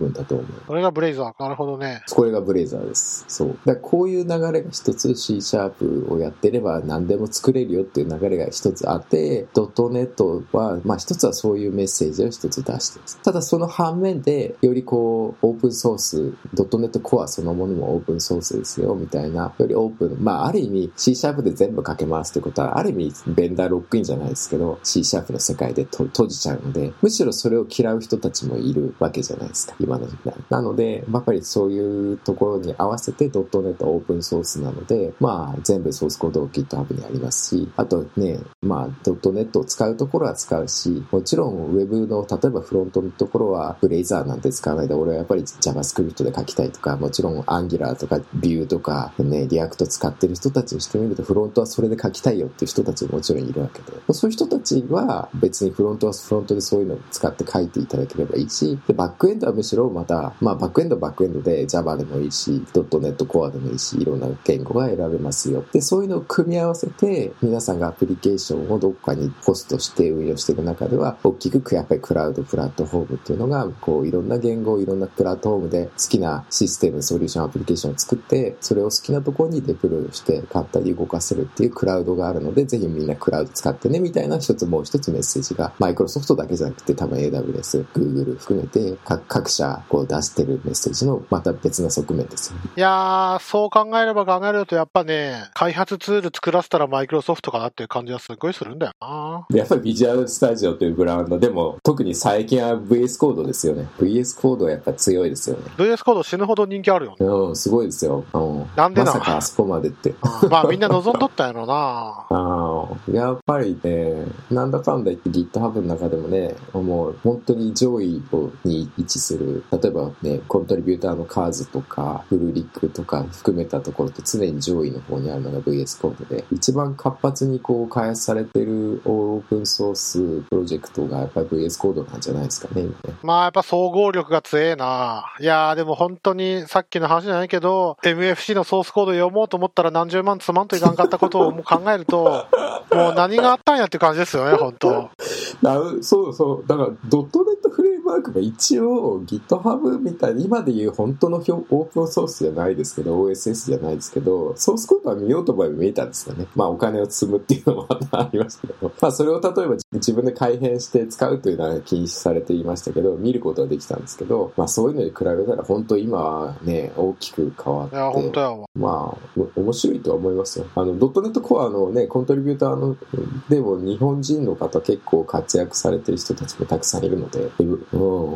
分だと思う。 それがブレイザー。なるほどね。 これがブレイザーです。そう。だからこういう流れが一つ C シャープをやってれば何でも作れるよっていう流れが一つあって、ドットネットは、まあ一つはそういうメッセージを一つ出してます。ただその反面で、よりこう、オープンソース、ドットネットコアそのものもオープンソースですよ、みたいな、よりオープン、まあある意味 C シャープで全部かけ回すってことは、ある意味ベンダーロックインじゃないですけど、C シャープの世界でと閉じちゃうので、むしろそれを嫌う人たちもいるわけじゃないですか、今の時代。なので、やっぱりそういうところに合わせてドットネットはオープンソースなので、まあ全部ソースコードを GitHub にありますし、あとね、まあドットネットを使うところは使うし、もちろんウェブの例えばフロントのところはブレイザーなんて使わないで、俺はやっぱり JavaScript で書きたいとか、もちろん Angular とか Vue とかね、リアクト使ってる人たちにしてみると、フロントはそれで書きたいよっていう人たちももちろんいるわけで、そういう人たちは別にフロントはフロントでそういうのを使って書いていただければいいし、でバックエンドはむしろまた、まあバックエンドはバックエンドで Java でもいいし、ドットネットコアでもいいし、いろんな言語が選べますよ。で、そういうのを組み合わせて、皆さんがアプリケーションをどこかにホストして運用していく中では、大きくやっぱりクラウドプラットフォームっていうのが、こういろんな言語、いろんなプラットフォームで好きなシステム、ソリューション、アプリケーションを作って、それを好きなところにデプロイして簡単に動かせるっていうクラウドがあるので、ぜひみんなクラウド使ってね、みたいな一つもう一つメッセージが、マイクロソフトだけじゃなくて多分 エーダブリューエス、Google 含めて各社こう出してるメッセージのまた別な側面ですよね。 いやー、そう考えれば考えるとやっぱね、開発ツール作らせたらマイクロソフトかなっていう感じはすごいするんだよな。 やっぱりビジュアルスタジオというブランドでも、特に最近は ブイエス コードですよね。ブイエス コードはやっぱ強いですよね。 ブイエス コード死ぬほど人気あるよね。 うん、すごいですよ。うん、 なんでなまさかあそこまでって。 まあみんな望んどったやろな。 あやっぱりね、なんだかんだ言って GitHub の中でもね、もう本当に上位に位置する、例えばね、コントリビューターの数とか、フルリックとか含めたところって常に上位の方にあるのが ブイエス コードで、一番活発にこう開発されてるオープンソースプロジェクトがやっぱり ブイエス コードなんじゃないですかね。 まあやっぱ総合力が強えな。いやーでも本当にさっきの話じゃないけど、エムエフシー のソースコード読もうと思ったら何十万積まんといかんかったことをもう考えると、もう何があったんやっていう感じですよね、本当。 そうそう。だからドットネットフレームワークが一応 GitHub みたいに今でいう本当のオープンソースじゃないですけど、オーエスエス じゃないですけど、ソースコードは見ようと思えば見えたんですかね。まあお金を積むっていうのもありましたけど、まあそれを例えば自分で改変して使うというのは禁止されていましたけど、見ることはできたんですけど、まあそういうのに比べたら本当今はね、大きく変わって、 いや本当やわ。 まあ面白いとは思いますよ。あのドットネットコアのね、コントリビューターのでも日本人の方結構活躍されてる人たちもたくさんいるので、うん、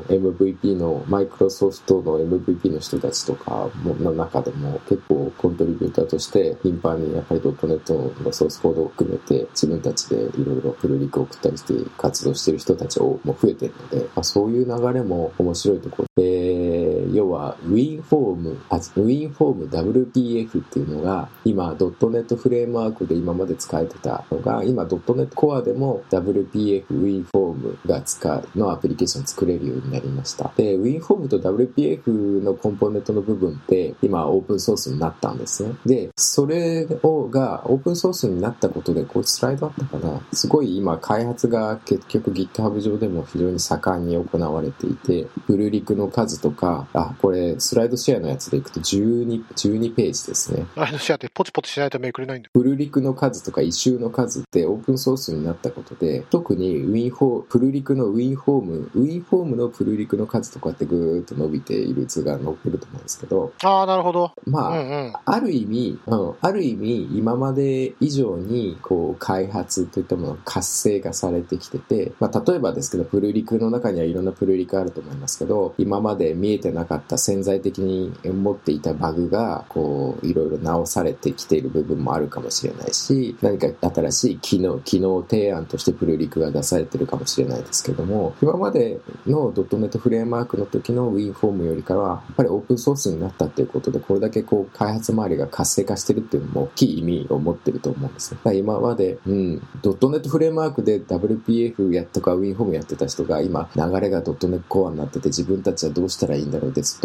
エムブイピー のマイクロソフトの エムブイピー の人たちとかの中でも結構コントリビューターとして頻繁にやっぱりドットネットのソースコードを含めて自分たちでいろいろプルリクを送ったりして活動してる人たちも増えてるので、まあ、そういう流れも面白いところで、要は WinForm、あ WinForm ダブリューピーエフ っていうのが今ドットネットフレームワークで今まで使えてたのが今ドットネットコアでも ダブリューピーエフ WinForm が使うのアプリケーションを作れるようになりました。で WinForm と ダブリューピーエフ のコンポーネントの部分って今オープンソースになったんですね。でそれをがオープンソースになったことでこういうスライドあったかな、すごい今開発が結局 GitHub 上でも非常に盛んに行われていて、プルリクの数とか、あこれスライドシェアのやつでいくとじゅうに、じゅうにページですね。 スライドシェアってポチポチしないとめくれないんだよ。 プルリクの数とかイシューの数ってオープンソースになったことで、特に WinForm プルリクの WinForm WinForm のプルリクの数とかってぐーっと伸びている図が載ってると思うんですけど、 ああなるほど。 まあ、 うんうん、 ある意味、うん、ある意味今まで以上にこう開発といったものが活性化されてきてて、まあ、例えばですけどプルリクの中にはいろんなプルリクあると思いますけど、今まで見えてなかった潜在的に持っていたバグがこういろいろ直されてきている部分もあるかもしれないし、何か新しい機能機能提案としてプルリクが出されているかもしれないですけども、今までのドットネットフレームワークの時の WinForm よりかはやっぱりオープンソースになったっていうことで、これだけこう開発周りが活性化してるっていうのも大きい意味を持ってると思うんですね。だから今まで、うん、ドットネットフレームワークで ダブリューピーエフ やとか WinForm やってた人が今流れがドットネットコアになってて自分たちはどうしたらいいんだろうでずっと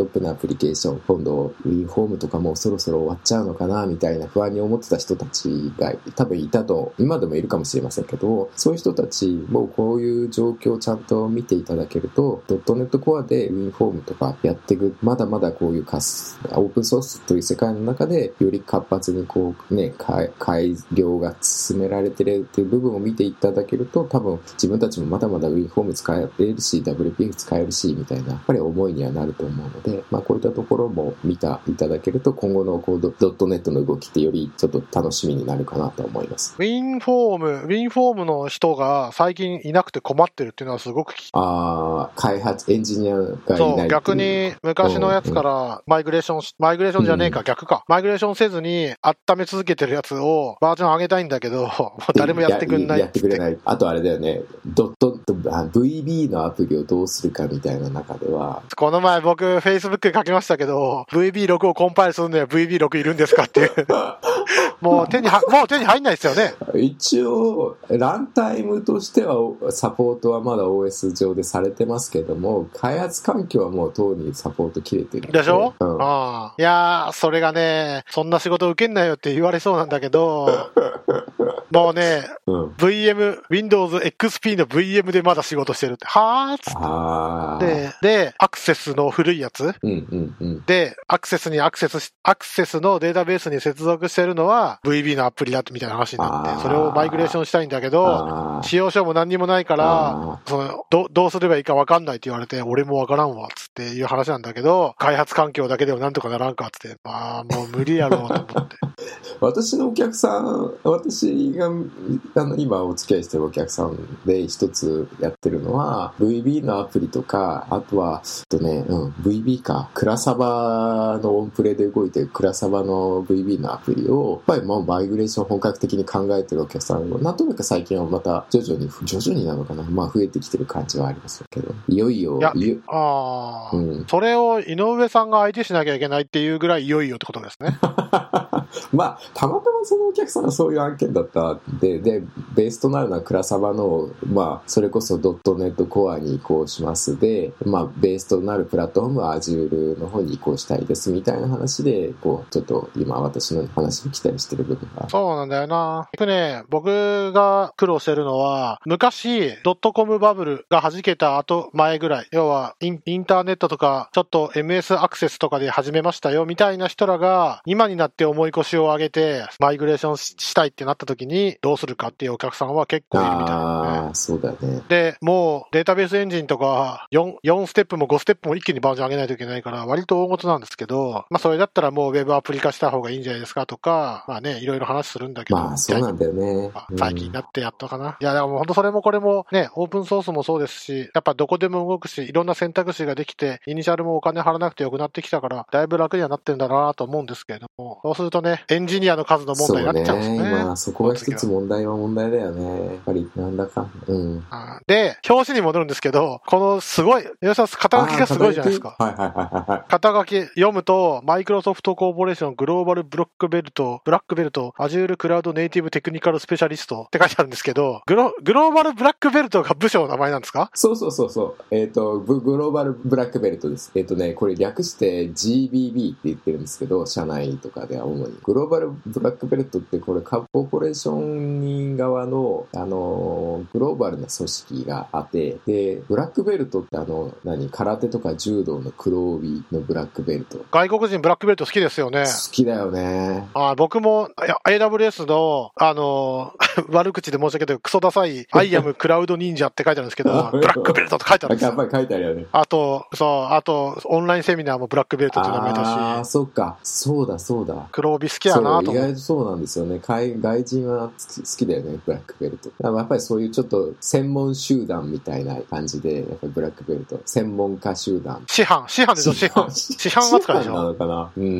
ップなアプリケーション、今度 WinForm とかもうそろそろ終わっちゃうのかなみたいな不安に思ってた人たちが多分いたと、今でもいるかもしれませんけど、そういう人たちもこういう状況をちゃんと見ていただけると、ドットネットコアで WinForm とかやっていく、まだまだこういうカスオープンソースという世界の中でより活発にこうね改良が進められてるっていう部分を見ていただけると、多分自分たちもまだまだ WinForm 使えるし ダブリューピーエフ 使えるしみたいなやっぱり思いにはなると思うので、まあ、こういったところも見たいただけると今後のこうドットネットの動きってよりちょっと楽しみになるかなと思います。 WinForm WinForm の人が最近いなくて困ってるっていうのはすごく聞き、 ああ開発エンジニアがいないっていう。 そう逆に昔のやつからマイグレーション、うんうん、マイグレーションじゃねえか、うん、逆かマイグレーションせずに温め続けてるやつをバージョン上げたいんだけどもう誰もやってくんないや, やってくれない。あとあれだよね、ドット ブイビー のアプリをどうするかみたいな中では、 この前僕 Facebook で書きましたけど ブイビーろく をコンパイルするのには ブイビーろく いるんですかっていうもう手にはもう手に入んないですよね。 一応ランタイムとしてはサポートはまだ オーエス 上でされてますけども、開発環境はもうとうにサポート切れてるでしょ、 うん、 あいやーそれがね、そんな仕事受けんなよって言われそうなんだけどもうね、うん、ブイエム Windows エックスピー の ブイエム でまだ仕事してるって、はーっつってあででアクセスの古いやつ、 うんうんうん、 でアクセスにアクセスしアクセスのデータベースに接続してるのは ブイビー のアプリだってみたいな話になって、それをマイグレーションしたいんだけど使用書も何にもないからその ど, どうすればいいか分かんないって言われて、俺も分からんわっつっていう話なんだけど、開発環境だけでもなんとかならんかっつって、まあもう無理やろうと思って私のお客さん、私があの今お付き合いしてるお客さんで一つやってるのは ブイビー のアプリとか、あとはとね、うん、ブイビー かクラサバのオンプレで動いてるクラサバの ブイビー のアプリをやっぱりもうマイグレーション本格的に考えてるお客さんがなんとなく最近はまた徐々に徐々になのかな、まあ増えてきてる感じはありますけど、いよいよいやいあ、うん、それを井上さんが相手しなきゃいけないっていうぐらいいよいよってことですねまあたまたまそのお客さんはそういう案件だったんで、でベースとなるのはクラサバの、まあ、それこそドットネットコアに移行しますで、まあ、ベースとなるプラットフォームは Azure の方に移行したいですみたいな話で、こうちょっと今私の話に来たりしてる部分が、 そうなんだよな。ね、僕が苦労してるのは昔ドットコムバブルが弾けた後前ぐらい、要はイ ン, インターネットとかちょっと エムエス アクセスとかで始めましたよみたいな人らが今になって重い腰を上げてマイグレーションしたいってなった時にどうするかっていうお客さんは結構いるみたいな、ね、 ああそうだね。 でもうデータベースエンジンとか 4, 4ステップもごステップも一気にバージョン上げないといけないから割と大事なんですけど、まあそれだったらもうウェブアプリ化した方がいいんじゃないですかとか、まあねいろいろ話するんだけど、 まあそうなんだよね、 まあ、最近になってやっとかな、うん、いやでも本当それもこれもねオープンソースもそうですし、やっぱどこでも動くしいろんな選択肢ができてイニシャルもお金払わなくてよくなってきたからだいぶ楽にはなってるんだなと思うんですけれども、そうするとねエンジニアの数の問題になっちゃうんですね。 そうね、まあそこが一つ問題は問題だよね、やっぱりなんだか、うん、 で表紙に戻るんですけど、このすごい皆さん肩書きがすごいじゃないですか。 はいはいはいはい、 肩書き読むとマイクロソフトコーポレーショングローバルブロックベルトブラックベルト Azure クラウドネイティブテクニカルスペシャリストって書いてあるんですけど、グ ロ, グローバルブラックベルトが部署の名前なんですか？ そうそうそうそう、えっ、ー、とグローバルブラックベルトです。えっ、ー、とねこれ略して ジービービー って言ってるんですけど、社内とかでは主にグローバルブラックベルトってこれコーポレーション側のあのグローバルな組織があって、でブラックベルトってあの何空手とか柔道の黒帯のブラックベルト、 外国人ブラックベルト好きですよね。 好きだよね。 あ僕も エーダブリューエス のあの悪口で申し訳ないけどクソダサいアイアムクラウド忍者って書いてあるんですけどブラックベルトって書いてあるんですよ。 やっぱり書いてあるよね。 あとそうあとオンラインセミナーもブラックベルトって名前だし、 ああそっかそうだそうだ、 黒帯好きやなと思って。 意外とそうなんですよね。外人は好きだよねブラックベルト。やっぱりそういうちょっと専門集団みたいな感じで、やっぱりブラックベルト専門家集団、 師範師範でしょ師範師範扱いでしょ。 なのかな。うん。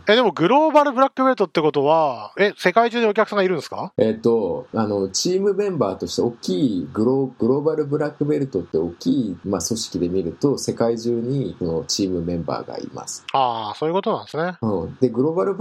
えでもグローバルブラックベルトってことはえ世界中でお客さんがいるんですか？ えっ、ー、とあのチームメンバーとして大きいグログローバルブラックベルトって大きい、まあ、組織で見ると世界中にこのチームメンバーがいます。 ああそういうことなんですね。 うん、でグローバルブラックベル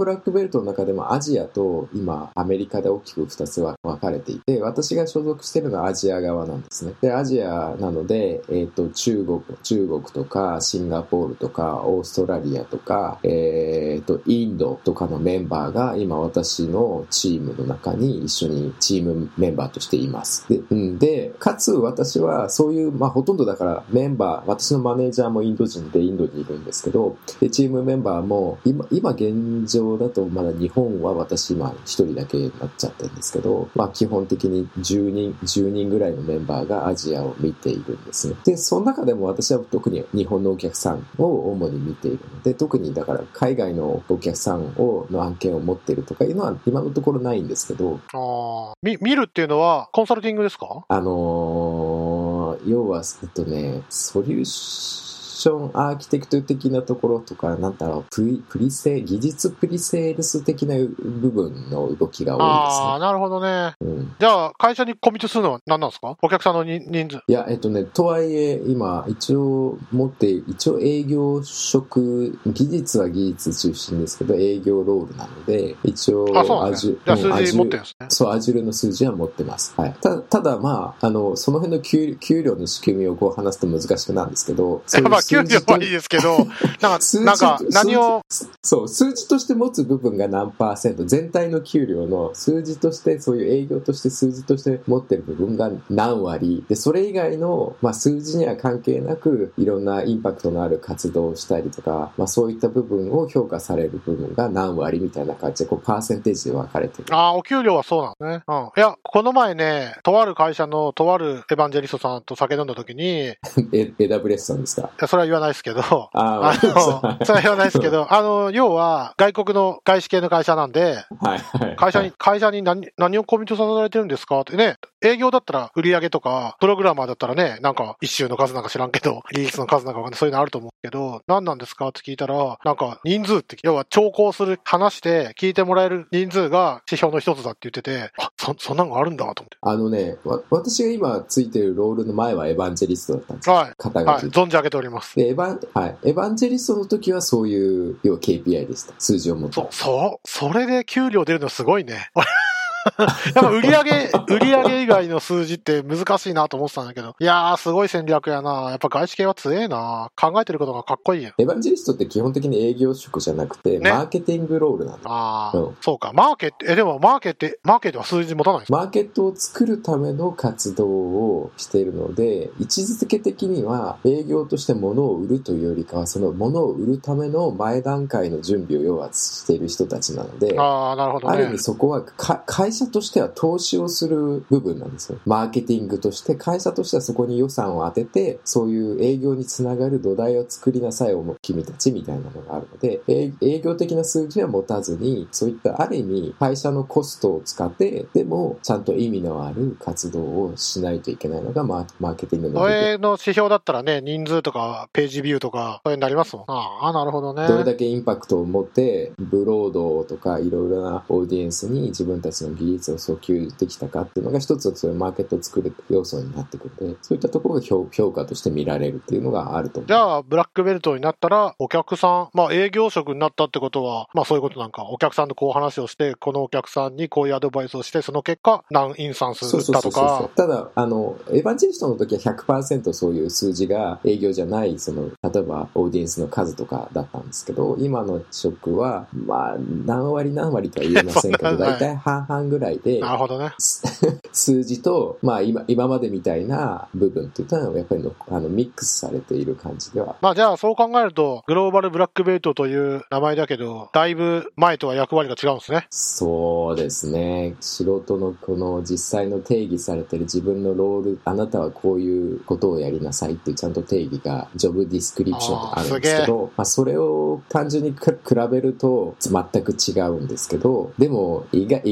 トの中でもアジアと今アメリカで大きくふたつは分かれていて、私が所属しているのはアジア側なんですね。でアジアなので、えー、と中国中国とかシンガポールとかオーストラリアとか、えー、とインドとかのメンバーが今私のチームの中に一緒にチームメンバーとしています。 で,、うん、でかつ私はそういう、まあ、ほとんどだからメンバー、私のマネージャーもインド人でインドにいるんですけど、でチームメンバーも 今, 今現状だとまだ日本は私今一人だけになっちゃってるんですけど、まあ、基本的にじゅうにんじゅうにんぐらいのメンバーがアジアを見ているんですね。でその中でも私は特に日本のお客さんを主に見ているので、特にだから海外のお客さんをの案件を持っているとかいうのは今のところないんですけど。 あみ見るっていうのはコンサルティングですか？ あのー、要はえっとねソリューションアーキテクト的なところとか、なんだろう、プリ、プリセ技術プリセールス的な部分の動きが多いですね。 ああ、なるほどね。 うん、じゃあ会社にコミットするのは何なんですか？お客さんの人数。 いや、えっとね、とはいえ今一応持って一応営業職、技術は技術中心ですけど営業ロールなので、一応あ、そうなんですね。じゃあ数字持ってるんですね。 そう、アジュルの数字は持ってます。はい。たただまああのその辺の給給料の仕組みをこう話すと難しくなるんですけど、そういう給料はいいですけど、なんか、なんか何をそう、数字として持つ部分が何パーセント、全体の給料の数字として、そういう営業として数字として持ってる部分が何割で、それ以外の、まあ、数字には関係なくいろんなインパクトのある活動をしたりとか、まあ、そういった部分を評価される部分が何割みたいな感じでこうパーセンテージで分かれてる。 ああ、お給料はそうなんですね。うん。いや、この前ね、とある会社のとあるエヴァンジェリストさんと酒飲んだ時にエーダブリュエス さんですか？ いや、それは言わないですけど、 ああの、それは言わないですけど、あの、要は、外国の外資系の会社なんで、 はいはいはい、 会社に、会社に何、何をコミットさせられてるんですかってね、営業だったら売上とか、プログラマーだったらね、なんか一周の数なんか知らんけど、リリースの数なんかわかんない、そういうのあると思うけど、何なんですかって聞いたら、なんか人数って、要は聴講する、話して聞いてもらえる人数が指標の一つだって言ってて、あ、そ、そんなのがあるんだと思って。 あのね、わ、私が今ついてるロールの前はエヴァンジェリストだったんですよ。 はい。 肩書き。 はい。存じ上げております。 で、エヴァン、はい。エヴァンジェリストの時はそういう、要は ケーピーアイ でした。数字を持って。 そう、そう、それで給料出るのすごいね。やっぱ売上、売上以外の数字って難しいなと思ってたんだけど。いやー、すごい戦略やな。やっぱ外資系は強えな。考えてることがかっこいいよ。 エヴァンジェリストって基本的に営業職じゃなくて、ね、マーケティングロールなんだ。 ああ、うん、そうか。マーケット、え、でもマーケット、マーケットは数字持たないんですか？ マーケットを作るための活動をしているので、位置づけ的には営業として物を売るというよりかは、その物を売るための前段階の準備を要はしている人たちなので、 ああ、なるほどね。 ある意味そこはか会社としては投資をする部分なんですよ。マーケティングとして会社としてはそこに予算を当てて、そういう営業につながる土台を作りなさいを君たちみたいなのがあるので、営業的な数字は持たずに、そういったある意味会社のコストを使ってでもちゃんと意味のある活動をしないといけないのがマーケティングの部分。 それの指標だったらね、人数とかページビューとかそういうになりますもん。ああ、なるほどね。 どれだけインパクトを持ってブロードとかいろいろなオーディエンスに自分たちの技術を訴求できたかっていうのが一つそういうマーケットを作る要素になってくるので、そういったところが 評, 評価として見られるっていうのがあると思う。 じゃあブラックベルトになったらお客さん、まあ営業職になったってことはまあそういうことなんか、お客さんとこう話をしてこのお客さんにこういうアドバイスをしてその結果何インスタンス売ったとか。 ただあのエヴァンジェリストの時は ひゃくパーセント そういう数字が営業じゃない、その例えばオーディエンスの数とかだったんですけど、今の職はまあ何割何割とは言えませんけどだいたい半々ぐらいで、 なるほどね数字と、まあ、今, 今までみたいな部分っていったのはやっぱりのあのミックスされている感じでは。 まあじゃあそう考えるとグローバルブラックベルトという名前だけどだいぶ前とは役割が違うんですね。 そうですね。素人のこの実際の定義されている自分のロール、あなたはこういうことをやりなさいっていうちゃんと定義がジョブディスクリプションってあるんですけど、まあ、それを単純に比べると全く違うんですけど、でも意外、意外とね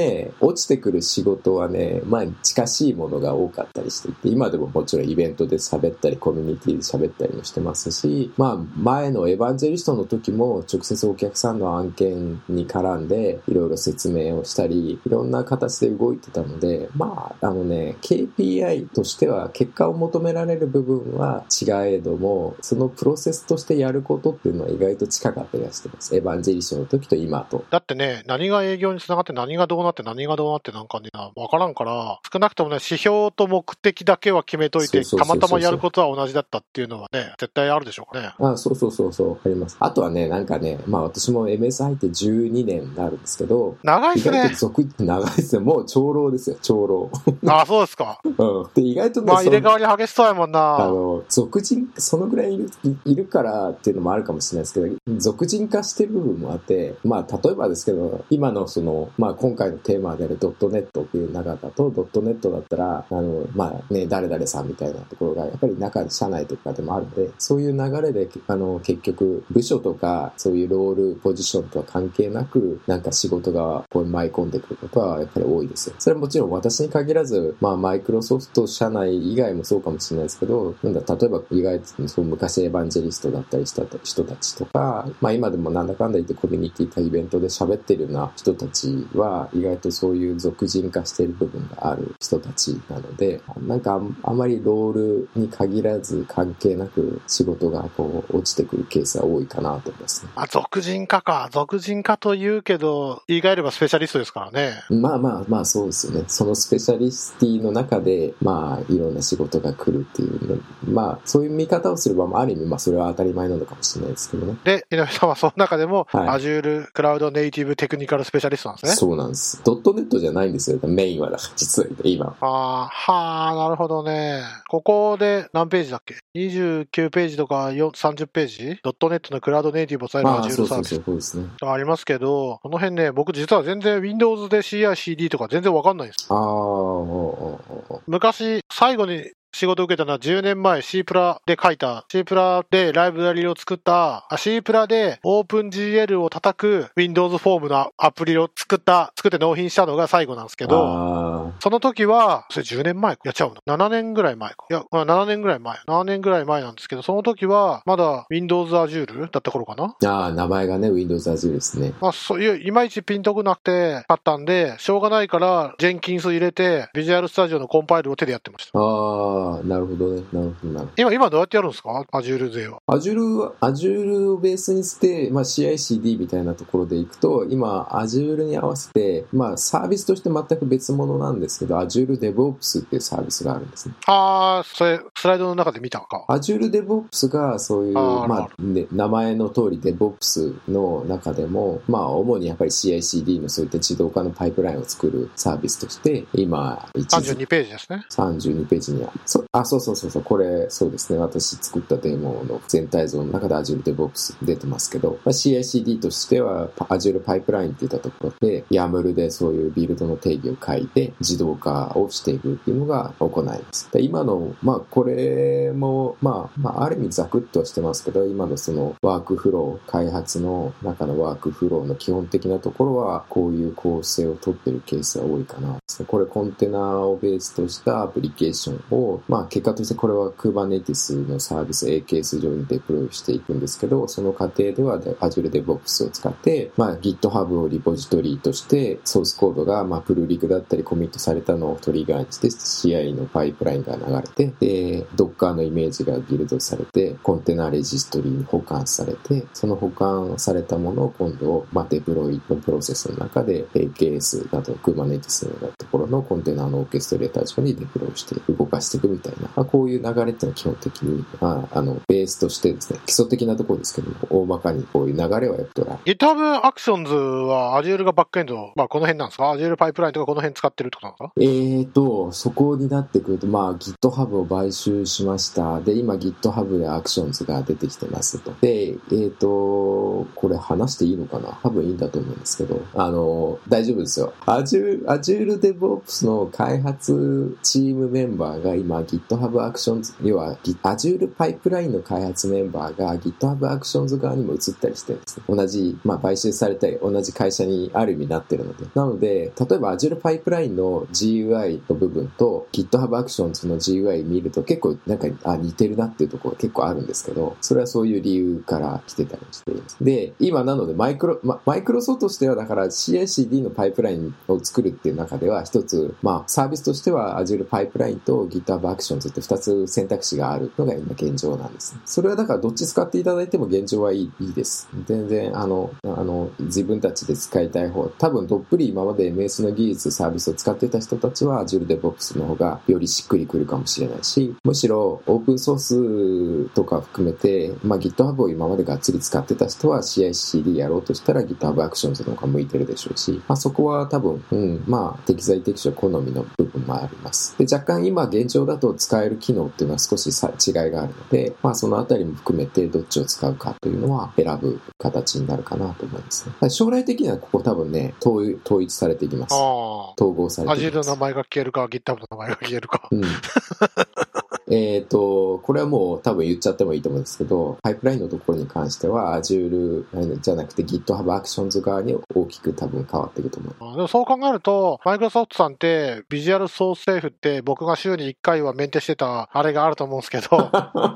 ね、落ちてくる仕事はね、まあ近しいものが多かったりしていて、今でももちろんイベントで喋ったり、コミュニティで喋ったりもしてますし、まあ前のエヴァンジェリストの時も直接お客さんの案件に絡んでいろいろ説明をしたり、いろんな形で動いてたので、まああのね、ケーピーアイ としては結果を求められる部分は違えども、そのプロセスとしてやることっていうのは意外と近かったりはしてます。エヴァンジェリストの時と今と。 だってね、何が営業につながって何がどうなって何がどうなってなんかね、わからんから、少なくともね、指標と目的だけは決めといて、たまたまやることは同じだったっていうのはね、絶対あるでしょうかね。 あ、そうそうそうそう、あります。あとはね、なんかね、まあ私も エムエス 入ってじゅうにねんになるんですけど、 長いですね。 意外と続長いですね。もう長老ですよ、長老。 ああ、そうですか。 うん。で、意外とね、 まあ入れ替わり激しそうやもんな。 あの、俗人、そのぐらいいる、いるからっていうのもあるかもしれないですけど、俗人化してる部分もあって、まあ例えばですけど、今のその、まあ今回のテーマであるドットネットっていう中だと、ドットネットだったら、あの、まあね、誰々さんみたいなところが、やっぱり中、社内とかでもあるので、そういう流れで、あの、結局、部署とか、そういうロール、ポジションとは関係なく、なんか仕事がこう舞い込んでくることはやっぱり多いですよ。それはもちろん私に限らず、まあマイクロソフト社内以外もそうかもしれないですけど、なんだ、例えば意外とそう昔エヴァンジェリストだったりした人たちとか、まあ今でもなんだかんだ言ってコミュニティかイベントで喋ってるような人たちは、意外とそういう俗人化している部分がある人たちなので、なんかあんまりロールに限らず関係なく仕事がこう落ちてくるケースは多いかなと思いますね。 あ、俗人化か。俗人化と言うけど、言い換えればスペシャリストですからね。 まあまあまあそうですよね。そのスペシャリスティの中で、まあいろんな仕事が来るっていうの、まあそういう見方をすれば、ある意味まあそれは当たり前なのかもしれないですけどね。 で、井上さんはその中でも、 はい、 Azure クラウドネイティブテクニカルスペシャリストなんですね。 そうなんです。ドットネットじゃないんですよ。メインはだから実は今。 ああ、はあ、なるほどね。ここで何ページだっけ ?にじゅうきゅうページとかさんじゅっページドットネットのクラウドネイティブを使える Azure サービス。 そうそうそうですね。 ありますけど、この辺ね、僕実は全然 Windows で シーアイシーディー とか全然わかんないんです。 ああ、 昔、最後に仕事を受けたのはじゅうねんまえ C プラで書いた、C プラでライブラリを作った、C プラで OpenGL を叩く Windows フォームのアプリを作った、作って納品したのが最後なんですけど、その時は、それじゅうねんまえやっちゃうの ?なな 年ぐらい前か。いや、ななねんぐらい前。ななねんぐらい前なんですけど、その時はまだ Windows Azure だった頃かな。 ああ、名前がね、Windows Azure ですね。 まあ、そういう、いまいちピンとこなくて買ったんで、しょうがないから、ジェンキンス入れて、Visual Studio のコンパイルを手でやってました。 ああ、なるほどね。なるほど、なるほど。 今、今どうやってやるんですか ?Azure 勢は。 Azure、Azure をベースにして、まあ シーアイシーディー みたいなところでいくと、今、Azure に合わせて、まあサービスとして全く別物なんですけど、Azure DevOps っていうサービスがあるんですね。 ああ、それ、スライドの中で見たか。 Azure DevOps がそういう、あまあ、ね、名前の通り DevOps の中でも、まあ主にやっぱり シーアイシーディー のそういった自動化のパイプラインを作るサービスとして、今、 さんじゅうにページですね。 さんじゅうにページには。そあ、そうそうそうそう、これ、そうですね。私作ったデモの全体像の中で Azure DevOps 出てますけど、まあ、シーアイシーディー としては Azure パイプラインっていったところで ヤムル でそういうビルドの定義を書いて自動化をしていくっていうのが行います。で今の、まあこれも、まあ、まあある意味ザクッとはしてますけど、今のそのワークフロー、開発の中のワークフローの基本的なところはこういう構成をとってるケースが多いかな。これコンテナをベースとしたアプリケーションを、まあ結果としてこれは Kubernetes のサービス エーケーエス 上にデプロイしていくんですけど、その過程では Azure DevOps を使って、まあ GitHub をリポジトリとしてソースコードがまあプルリクだったりコミットされたのをトリガーにして シーアイ のパイプラインが流れて、で Docker のイメージがビルドされてコンテナレジストリに保管されて、その保管されたものを今度まあデプロイのプロセスの中で エーケーエス など Kubernetes のところのコンテナのオーケストレーター上にデプロイして動かしていくみたいな、まあ、こういう流れっていうのは基本的に、まあ、あのベースとしてですね、基礎的なところですけども、大まかにこういう流れはやっとら GitHub Actions は Azure がバックエンド、まあこの辺なんですか ?Azure パイプラインとかこの辺使ってるってことなんですか？ えーと、そこになってくると、まあ GitHub を買収しました。で、今 GitHub で Actions が出てきてますと。で、えーと、これ話していいのかな？多分いいんだと思うんですけど、あの、大丈夫ですよ。Azure、Azure DevOps の開発チームメンバーが今まあ GitHub Actions、要は Azure パイプラインの開発メンバーが GitHub Actions 側にも移ったりしてるんですね。同じ、まあ買収されたり同じ会社にある意味なってるので。なので、例えば Azure パイプラインの ジーユーアイ の部分と GitHub Actions の ジーユーアイ 見ると結構なんかあ似てるなっていうところが結構あるんですけど、それはそういう理由から来てたりしています。で、今なのでマイクロ、ま、マイクロソフトとしてはだから シーアイシーディー のパイプラインを作るっていう中では一つ、まあサービスとしては Azure パイプラインと GitHub Actions って二つ選択肢があるのが今現状なんです。それはだからどっち使っていただいても現状はいい、いいです。全然あの、あの、自分たちで使いたい方、多分どっぷり今まで エムエス の技術、サービスを使っていた人たちは Azure DevOps の方がよりしっくりくるかもしれないし、むしろオープンソースとか含めて、まあ GitHub を今までがっつり使ってた人は シーアイシーディー やろうとしたら GitHub Actions の方が向いてるでしょうし、まあそこは多分、うん、まあ適材適所好みの部分もあります。で、若干今現状だと使える機能っていうのは少しさ違いがあるので、まあそのあたりも含めてどっちを使うかというのは選ぶ形になるかなと思いますね。将来的にはここ多分ね、統, 統一されていきます。統合されていきます。 Azure の名前が消えるか、GitHub の名前が消えるか。 うんえっと、これはもう多分言っちゃってもいいと思うんですけど、パイプラインのところに関しては Azure じゃなくて GitHub Actions 側に大きく多分変わっていくと思います。 でもそう考えると、マイクロソフトさんってビジュアルソースセーフって僕が週にいっかいはメンテしてたあれがあると思うんですけど。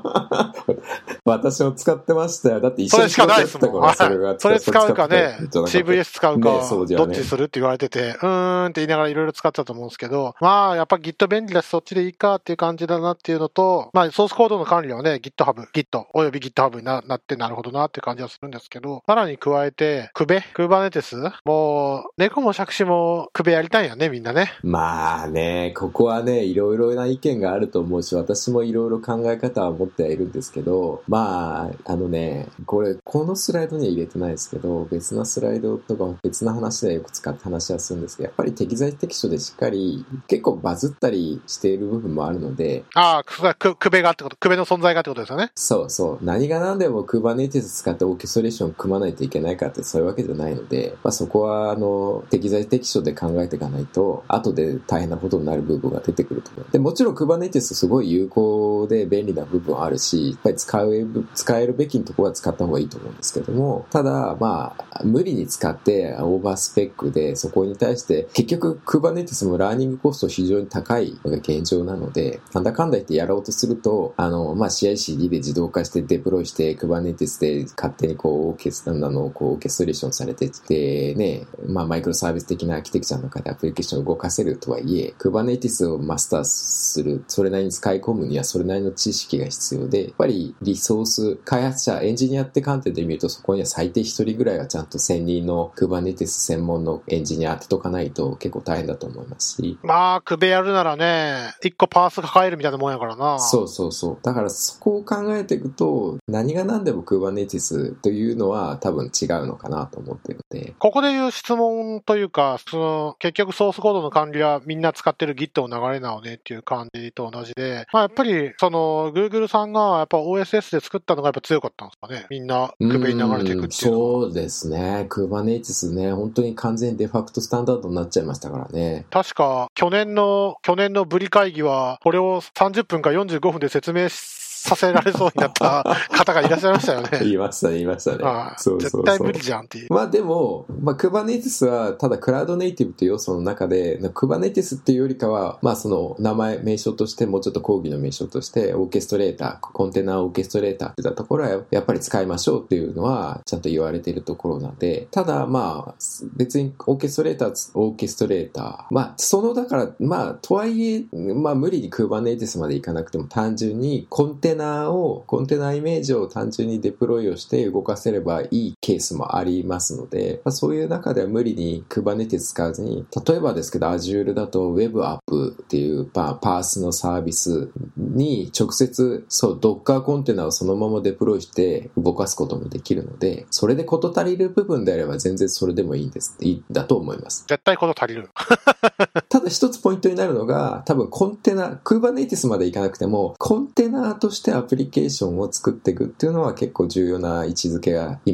私も使ってましたよ。だって一緒に使ってたからそれがそれ使うかね、シーブイエス 使うか、 ね、 どっちするって言われてて、うーんって言いながらいろいろ使ってたと思うんですけど、まあやっぱ Git 便利だしそっちでいいかっていう感じだなっていうのと、まあソースコードの管理はね、GitHub、Git および GitHub に な, なってなるほどなっていう感じはするんですけど、さらに加えて、Kube、Kubernetes、もう猫も杓子も Kube やりたいよね、みんなね。 まあね、ここはね、いろいろな意見があると思うし、私もいろいろ考え方は持ってはいるんですけど、まあ、あのね、これ、このスライドには入れてないですけど、別なスライドとか別な話でよく使って話はするんですけど、やっぱり適材適所でしっかり、結構バズったりしている部分もあるので、 ああ、Kube がってこと、Kube の存在がってことですよね。 そうそう。何が何でも Kubernetes 使ってオーケストレーション組まないといけないかってそういうわけじゃないので、まあ、そこはあの適材適所で考えていかないと後で大変なことになる部分が出てくると思う。でもちろん Kubernetes すごい有効で便利な部分はあるし、やっぱり使える使えるべきところは使った方がいいと思うんですけども、ただまあ無理に使ってオーバースペックでそこに対して結局 Kubernetes もラーニングコスト非常に高いのが現状なので、なんだかんだ言ってやろうとするとあのまあ シーアイシーディー で自動化してデプロイして Kubernetes で勝手にこうオーケストラのこうオーケストレーションされててね、まあマイクロサービス的なアーキテクチャの中でアプリケーションを動かせるとはいえ Kubernetes をマスターする、それなりに使い込むにはそれなりの知識が必要で、やっぱりリソース開発者エンジニアって観点で見るとそこには最低一人ぐらいはちゃんと専任の Kubernetes 専門のエンジニア当てとかないと結構大変だと思いますし、 まあ Kube やるならね一個パース抱えるみたいなもんやからな。 そうそうそう。だからそこを考えていくと何が何でも Kubernetes というのは多分違うのかなと思っているので、 ここでいう質問というか、その結局ソースコードの管理はみんな使ってる Git の流れなのねっていう感じと同じで、まあ、やっぱりその Google さんがやっぱ オーエスエス で作ったのがやっぱ強かったんですかね。みんな Kube に流れていくっていうのは。 そうですね。Kubernetes ね、本当に完全にデファクトスタンダードになっちゃいましたからね。 確か去年の去年のブリ会議はこれをさんじゅっぷんかよんじゅうごふんで説明しさせられそうになった方がいらっしゃいましたよね。 言いましたね、言いましたね。 ああ、 そうそうそう、 絶対無理じゃんっていう。 まあでも、まあ Kubernetes はただクラウドネイティブという要素の中で、Kubernetes っていうよりかは、まあその名前、名称としてもうちょっと講義の名称として、オーケストレーター、コンテナオーケストレーターっていったところはやっぱり使いましょうっていうのはちゃんと言われているところなんで、ただまあ別にオーケストレーター、オーケストレーター、まあそのだからまあとはいえ、まあ無理に Kubernetes までいかなくても単純にコンテナをコンテナイメージを単純にデプロイをして動かせればいいケースもありますので、まあ、そういう中では無理に Kubernetes 使わずに、例えばですけど Azure だと Web App っていう、まあ、パースのサービスに直接そう Docker コンテナをそのままデプロイして動かすこともできるので、それで事足りる部分であれば全然それでもいいんです、いいんだと思います。 絶対事足りる。 ただ一つポイントになるのが、多分コンテナ Kubernetes までいかなくてもコンテナとしてアプリケーションを作っていくっていうのは結構重要な位置づけが今占め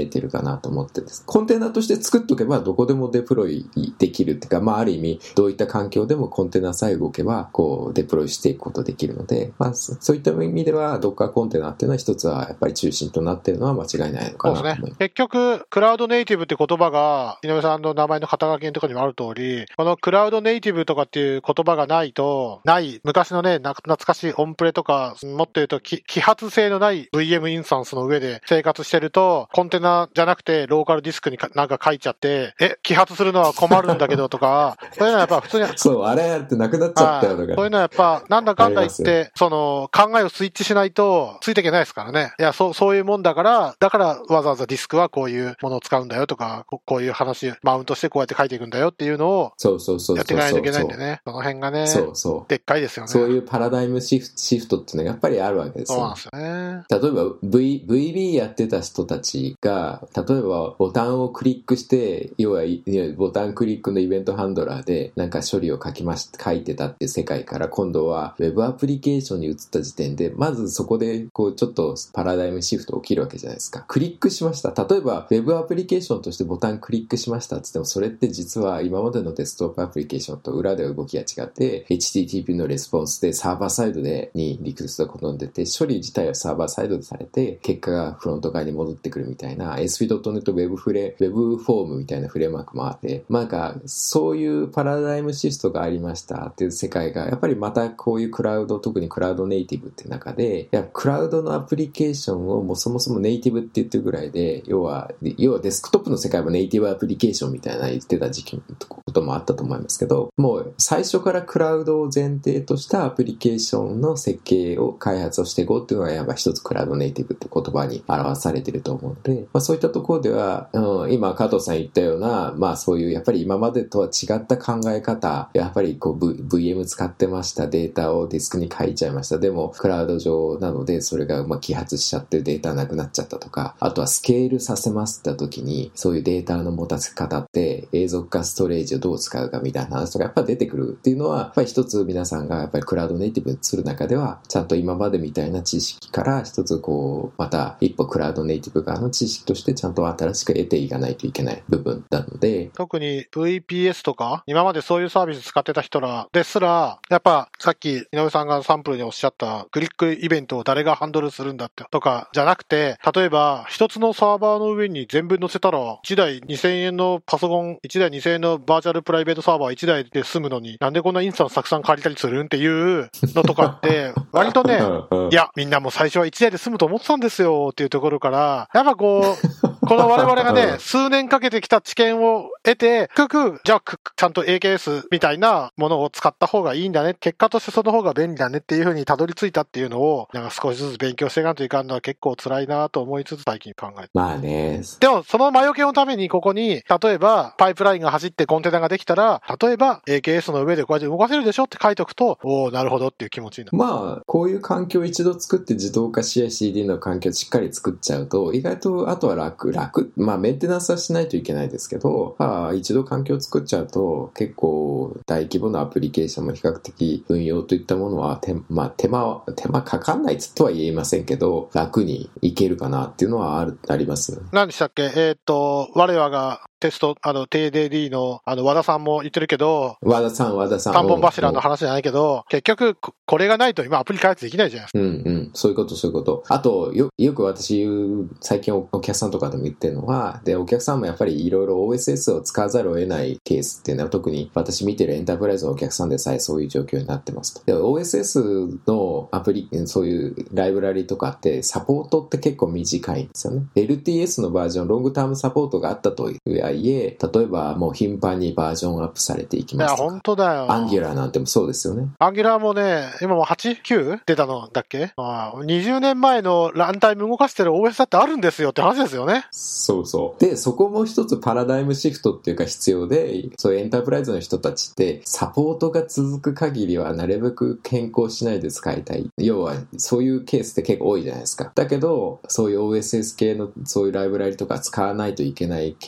えてるかなと思ってです。コンテナとして作っとけばどこでもデプロイできるっていうか、まあある意味どういった環境でもコンテナさえ動けばこうデプロイしていくことできるので、まあそういった意味ではドッカーコンテナっていうのは一つはやっぱり中心となっているのは間違いないのかなと思います。 そうですね。結局クラウドネイティブって言葉が井上さんの名前の肩書きのところにもある通り、このクラウドネイティブとかっていう言葉がないと、ない昔のね懐かしいオンプレとか、もっと言うと揮発性のない ブイエム インスタンスの上で生活してると、コンテナじゃなくてローカルディスクになんか書いちゃって、え、揮発するのは困るんだけどとか、そういうのはやっぱ普通にそう、あれってなくなっちゃったよとか、 そういうのはやっぱなんだかんだ言って、その考えをスイッチしないとついていけないですからね。いや、そう、そういうもんだから、だからわざわざディスクはこういうものを使うんだよとか、こ, こういう話、マウントしてこうやって書いていくんだよっていうのを、 そうそうそうそう。 やっていかないといけないんでね。その辺がね、 そうそう。 でっかいですよね。 そういうパラダイムシフト、シフトっていうのがやっぱりあるわけですよ。 そうなんですよね。 例えば v、ブイビー やってた人たちが、例えばボタンをクリックして、要はボタンクリックのイベントハンドラーでなんか処理を書きまし、書いてたっていう世界から今度は Web アプリケーションに移った時点で、まずそこでこうちょっとパラダイムシフト起きるわけじゃないですか。クリックしました。例えば Web アプリケーションとしてボタンクリックしましたって言っても、それって実は今までのデスクトップアプリケーションと裏では動きが違って、エイチティーティーピー のレスポンスでサーバーサイドでにリクエストが好んでて、処理自体はサーバーサイドでされて、結果がフロント側に戻ってくるみたいな エーエスピードットネット Web フレ、Web フォームみたいなフレームワークもあって、なんかそういうパラダイムシフトがありましたっていう世界が、やっぱりまたこういうクラウド、特にクラウドネイティブっていう中で、いやクラウドのアプリケーションをもうそもそもネイティブって言ってるぐらいで、要は、要はデスクトップの世界もネイティブアプリケーションみたいな言ってた時期のこともあったと思いますけど、もう最初からクラウドを前提としたアプリケーションの設計を開発をしていこうっていうのがやっぱ一つクラウドネイティブって言葉に表されていると思うので、まあ、そういったところでは、うん、今加藤さん言ったような、まあそういうやっぱり今までとは違った考え方、やっぱりこう、v、ブイエム 使ってました、データをディスクに書いちゃいました、でもクラウド上なのでそれがまあ揮発しちゃってデータなくなっちゃったとか、あとはスケールさせますって時にそういうデータの持たせ方って永続化ストレージをどう使うかみたいな話とかやっぱり出てくるっていうのは、やっぱり一つ皆さんがやっぱりクラウドネイティブにする中ではちゃんと今までみたいな知識から一つこうまた一歩クラウドネイティブ側の知識としてちゃんと新しく得ていかないといけない部分なので、 特に ブイピーエス とか今までそういうサービス使ってた人らですら、やっぱさっき井上さんがサンプルにおっしゃったクリックイベントを誰がハンドルするんだってとかじゃなくて、例えば一つのサーバーの上に全部載せたらいちだいにせんえんのパソコン、いちだいにせんえんのバーチャルプライベートサーバーいちだいで済むのになんでこんなインスタンスたくさん借りたりするんっていうのとかって割とねいやみんなも最初はいちだいで済むと思ってたんですよっていうところから、やっぱこうこの我々がね数年かけてきた知見を得て、結局じゃあちゃんと エーケーエス みたいなものを使った方がいいんだね、結果としてその方が便利だねっていう風にたどり着いたっていうのをなんか少しずつ勉強していかないといかんのは結構辛いなと思いつつ最近考えて、 まあね、 でもその魔除けのためにここに例えばパイプラインが走ってコンテナができたら、例えば エーケーエス の上でこうやって動かせるでしょって書いておくと、おおなるほどっていう気持ちになる。 まあこういう環境を一度作って自動化 シーアイシーディー の環境をしっかり作っちゃうと意外とあとは楽楽まあメンテナンスはしないといけないですけど、まあ、一度環境を作っちゃうと結構大規模なアプリケーションも比較的運用といったものは手、まあ、手間手間かかんないとは言えませんけど楽にいけるかなっていうのはあるありますよね。 何でしたっけ、えー、っと我らがテスト、あの、ティーディーディー の、あの、和田さんも言ってるけど、 和田さん、和田さん。 三本柱の話じゃないけど、結局、これがないと今アプリ開発できないじゃないですか。 うんうん。そういうこと、そういうこと。あと、よ、よく私言う、最近お客さんとかでも言ってるのは、で、お客さんもやっぱりいろいろ オーエスエス を使わざるを得ないケースっていうのは、特に私見てるエンタープライズのお客さんでさえそういう状況になってますと。で、オーエスエス のアプリ、そういうライブラリとかって、サポートって結構短いんですよね。エルティーエス のバージョン、ロングタームサポートがあったとはいえ、例えばもう頻繁にバージョンアップされていきますとか。 いや、本当だよ。 アンギュラーなんてもそうですよね。 アンギュラーもね、今も はち?きゅう? 出たのだっけ、まあ、にじゅうねんまえのランタイム動かしてる オーエス だってあるんですよって話ですよね。 そうそう。で、そこも一つパラダイムシフトっていうか必要で、そういうエンタープライズの人たちってサポートが続く限りはなるべく変更しないで使いたい。要はそういうケースって結構多いじゃないですか。だけど、そういう オーエスエス 系のそういうライブラリとか使わないといけないケースの中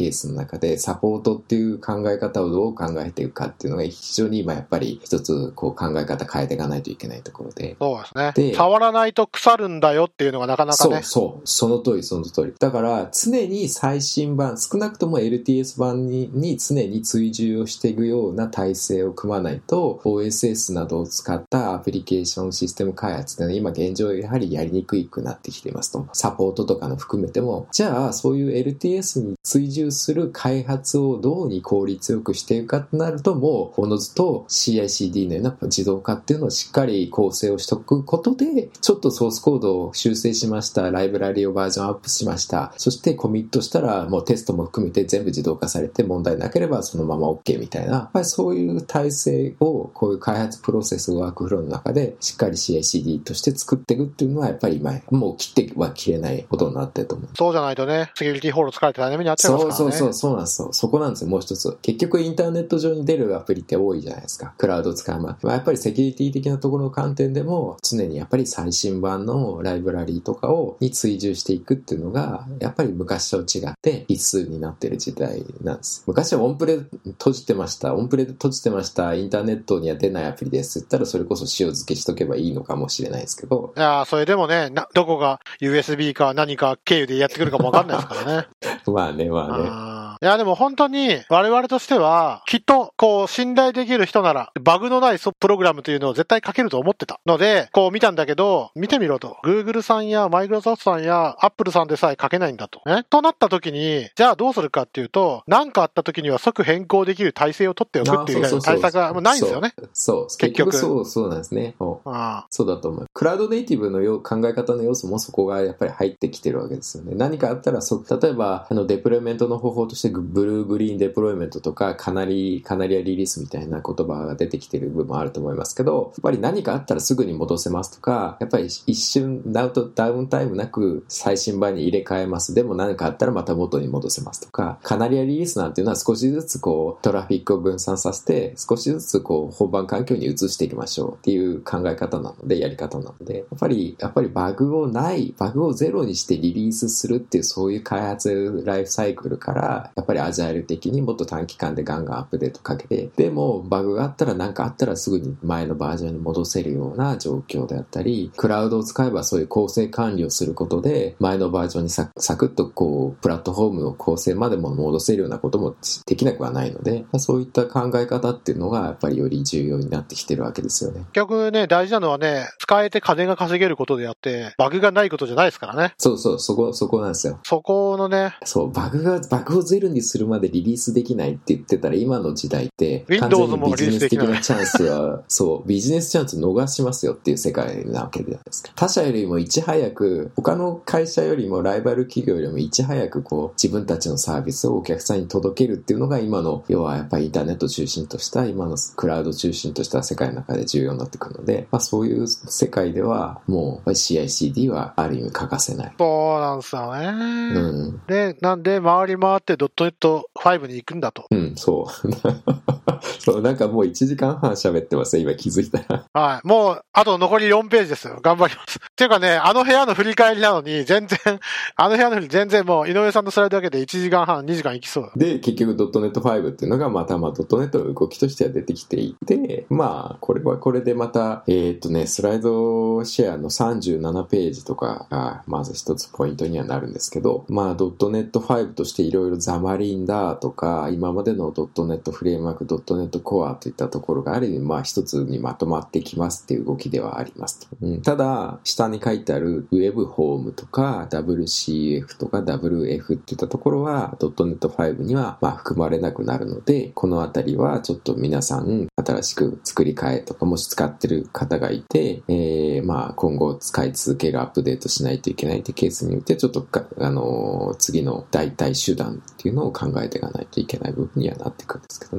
中でサポートっていう考え方をどう考えていくかっていうのが非常に今やっぱり一つこう考え方変えていかないといけないところで。 そうですね。 で触らないと腐るんだよっていうのがなかなかね。 そうそう。その通りその通り。だから常に最新版、少なくとも エルティーエス 版にに常に追従をしていくような体制を組まないと オーエスエス などを使ったアプリケーションシステム開発っていうのは今現状やはりやりにくくなってきていますと。サポートとかの含めても、じゃあそういう エルティーエス に追従する開発をどうに効率よくしていくかとなると、もうおのずと シーアイシーディー のような自動化っていうのをしっかり構成をしておくことで、ちょっとソースコードを修正しました、ライブラリをバージョンアップしました、そしてコミットしたらもうテストも含めて全部自動化されて問題なければそのまま OK みたいな、やっぱりそういう体制をこういう開発プロセスワークフローの中でしっかり シーアイシーディー として作っていくっていうのはやっぱり今もう切っては切れないことになってると思う。 そうじゃないとね、セキュリティホール使われて大変になっちゃいますからね。 そうそうそうそうなんですよ。そこなんですよ。もう一つ。結局インターネット上に出るアプリって多いじゃないですか。クラウド使うまあやっぱりセキュリティ的なところの観点でも常にやっぱり最新版のライブラリーとかをに追従していくっていうのがやっぱり昔と違って必須になっている時代なんです。昔はオンプレ閉じてました。オンプレで閉じてました。インターネットには出ないアプリですって言ったらそれこそ塩漬けしとけばいいのかもしれないですけど。 いやそれでもね、などこが ユーエスビー か何か経由でやってくるかもわかんないですからね。 まあね、まあね。 あいやでも本当に我々としてはきっとこう信頼できる人ならバグのないプログラムというのを絶対書けると思ってたのでこう見たんだけど、見てみろと Google さんや Microsoft さんや Apple さんでさえ書けないんだと、ね、となった時にじゃあどうするかっていうと、何かあった時には即変更できる体制を取っておくっていう以外の対策がもうないんですよね。 そうそう結局そうそうなんですね。ああそうだと思う。クラウドネイティブのよ考え方の要素もそこがやっぱり入ってきてるわけですよね。何かあったらそ例えばあのデプロイメントの方法としてブルーグリーンデプロイメントとかカナリカナリアリリースみたいな言葉が出てきてる部分もあると思いますけど、やっぱり何かあったらすぐに戻せますとか、やっぱり一瞬ダウンダウンタイムなく最新版に入れ替えます。でも何かあったらまた元に戻せますとか、カナリアリリースなんていうのは少しずつこうトラフィックを分散させて少しずつこう本番環境に移していきましょうっていう考え方なので、やり方なので、やっぱりやっぱりバグをないバグをゼロにしてリリースするっていうそういう開発ライフサイクルからやっぱりアジャイル的にもっと短期間でガンガンアップデートかけて、でもバグがあったら何かあったらすぐに前のバージョンに戻せるような状況であったり、クラウドを使えばそういう構成管理をすることで前のバージョンにサクサクッとこうプラットフォームの構成までも戻せるようなこともできなくはないので、そういった考え方っていうのがやっぱりより重要になってきてるわけですよね。 結局ね、大事なのはね、使えて金が稼げることであってバグがないことじゃないですからね。 そうそうそこそこなんですよ。 そこのね、 そうバグがバグをゼロにするまでリリースできないって言ってたら今の時代って完全にビジネス的なチャンスはそうビジネスチャンス逃しますよっていう世界なわけじゃないですか。他社よりもいち早く他の会社よりもライバル企業よりもいち早くこう自分たちのサービスをお客さんに届けるっていうのが今の要はやっぱりインターネット中心とした今のクラウド中心とした世界の中で重要になってくるので、まあ、そういう世界ではもう シーアイシーディー はある意味欠かせない。 そうなんですよね、うん、でなんで回り回ってドットネットファイブに行くんだと。 うんそうそうなんかもういちじかんはん喋ってますよ今気づいたら。 はい、もうあと残りよんページですよ。頑張ります。っていうかね、あの部屋の振り返りなのに全然あの部屋の振り全然もう井上さんのスライドだけでいちじかんはんにじかんいきそうで結局ドットネットファイブっていうのがまたまあドットネットの動きとしては出てきていて、まあこれはこれでまたえー、っとねスライドシェアのさんじゅうななページとかがまず一つポイントにはなるんですけど、まあドットネットファイブとしていろいろザマリンだとか今までのドットネットフレームワークドットネットコアといったところがある意味まあ一つにまとまってきますっていう動きではありますと、うん、ただ下に書いてあるウェブホームとか ダブリューシーエフ とか ダブリューエフ っていったところはドットネットファイブにはまあ含まれなくなるので、このあたりはちょっと皆さん新しく作り替えとかもし使ってる方がいて、えー、まあ今後使い続けるアップデートしないといけないってケースにおいてちょっとあのー、次の代替手段っていうのを考えていかないといけない部分にはなってくるんですけどね。 まあそ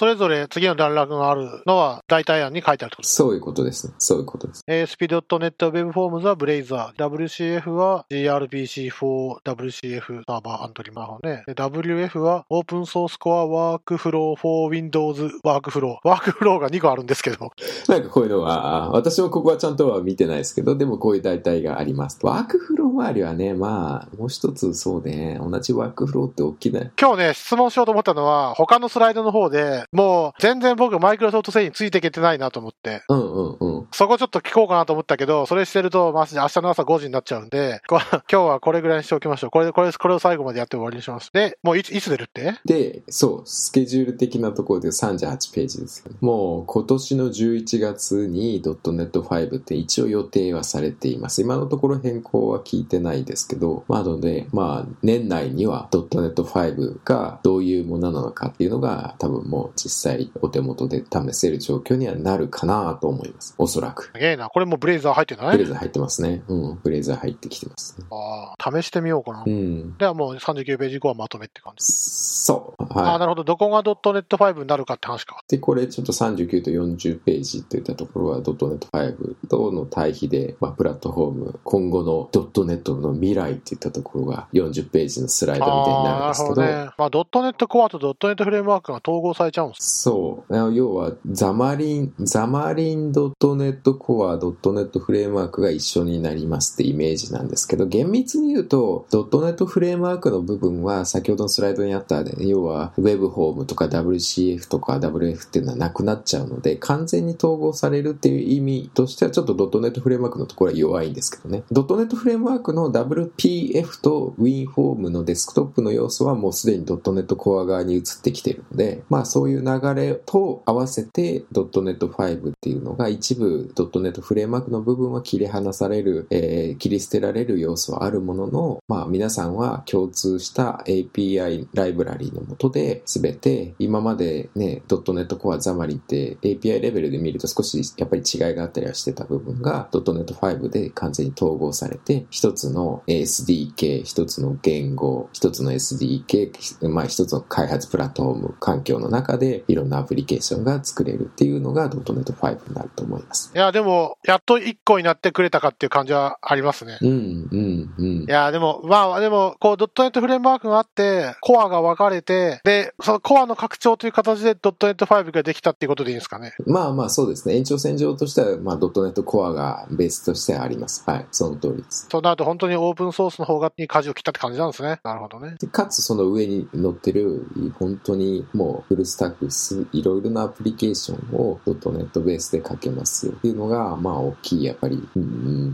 それぞれ次の段落があるのは代替案に書いてあるってことです。 そういうことですね。そういうことです。 エーエスピードットネット Webforms は Blazor、ダブリューシーエフ は ジーアールピーシーフォー ダブリューシーエフ サーバーアントリーマーね。ダブリューエフ は Open Source Core Workflow for Windows Workflow。ワークフローがにこあるんですけど。 なんかこういうのは、私もここはちゃんとは見てないですけど、でもこういう代替があります。ワークフロー周りはね、まあ、もう一つそうね、同じワークフローって大きいね。 今日ね、質問しようと思ったのは、他のスライドの方で、もう全然僕マイクロソフト製についていけてないなと思って。 うんうんうん。 そこちょっと聞こうかなと思ったけど、それしてると、まあ、明日の朝ごじになっちゃうんで、今日はこれぐらいにしておきましょう。これ、これ、これを最後までやって終わりにします。で、もういつ、いつ出るって？ で、そう、スケジュール的なところでさんじゅうはちページですよね。もう今年のじゅういちがつに ドットネットファイブ って一応予定はされています。今のところ変更は聞いてないですけど、まあ、なので、まあ、年内には ドットネットファイブ がどういうものなのかっていうのが多分もう実際お手元で試せる状況にはなるかなと思います。おそらく。 すげえな。これもブレイザー入ってない？ ブレイザー入ってますね。うん。ブレイザー入ってきてますね。 ああ、試してみようかな。 うん。 ではもうさんじゅうきゅうページ以降はまとめって感じ。 そう。はい。 ああ、なるほど。どこが ドットネットファイブ になるかって話か。 で、これちょっとさんじゅうきゅうとよんじゅうページといったところは ドットネットファイブ との対比で、まあ、プラットフォーム、今後の ドットネット の未来っていったところがよんじゅうページのスライドみたいになるんですけど。 ああ、なるほどね。まあ、ドットネット Core と ドットネット フレームワークが統合されちゃうんです。 そう。要は、ザマリン、ザマリン ドットネット Core、ドットネット フレームワークが一緒になりますってイメージなんですけど、厳密に言うと、ドットネット フレームワークの部分は、先ほどのスライドにあった、ね、要は、Webform とか ダブリューシーエフ とか ダブリューエフ っていうのはなくなっちゃうので、完全に統合されるっていう意味としては、ちょっと ドットネット フレームワークのところは弱いんですけどね。ドットネット フレームワークの ダブリューピーエフ と WinForm のデスクトップの要素はもうすでに ドットネット Core 側に移ってきているので、まあそういう流れと合わせて ドットネットファイブ っていうのが一部 ドットネット フレームワークの部分は切り離される、えー、切り捨てられる要素はあるものの、まあ皆さんは共通した エーピーアイ ライブラリーの下で全て今までね ドットネット Core ザマリンって エーピーアイ レベルで見ると少しやっぱり違いがあったりはしてた部分が ドットネットファイブ で完全に統合されて一つの エスディーケー、一つの言語、一つの エスディーケー、まあ一つの開発プラットフォーム環境の中でいろんなアプリケーションが作れるっていうのが ドットネットファイブ になると思います。 いや、でも、やっといっこになってくれたかっていう感じはありますね。 うん、うん、うん。 いや、でも、まあ、でも、こう、ドットネットフレームワークがあって、コアが分かれて、で、そのコアの拡張という形で ドットネットファイブ ができたっていうことでいいんですかね。 まあまあそうですね。延長線上としては、まあ ドットネット Core がベースとしてあります。はい。その通りです。 そうなると本当にオープンソースの方がに舵を切ったって感じなんですね。なるほどね。 かつその上に乗ってる、本当にもうフルスタックス、いろいろなアプリケーションを ドットネット ベースで書けますよっていうのが、まあ大きいやっぱり、うん、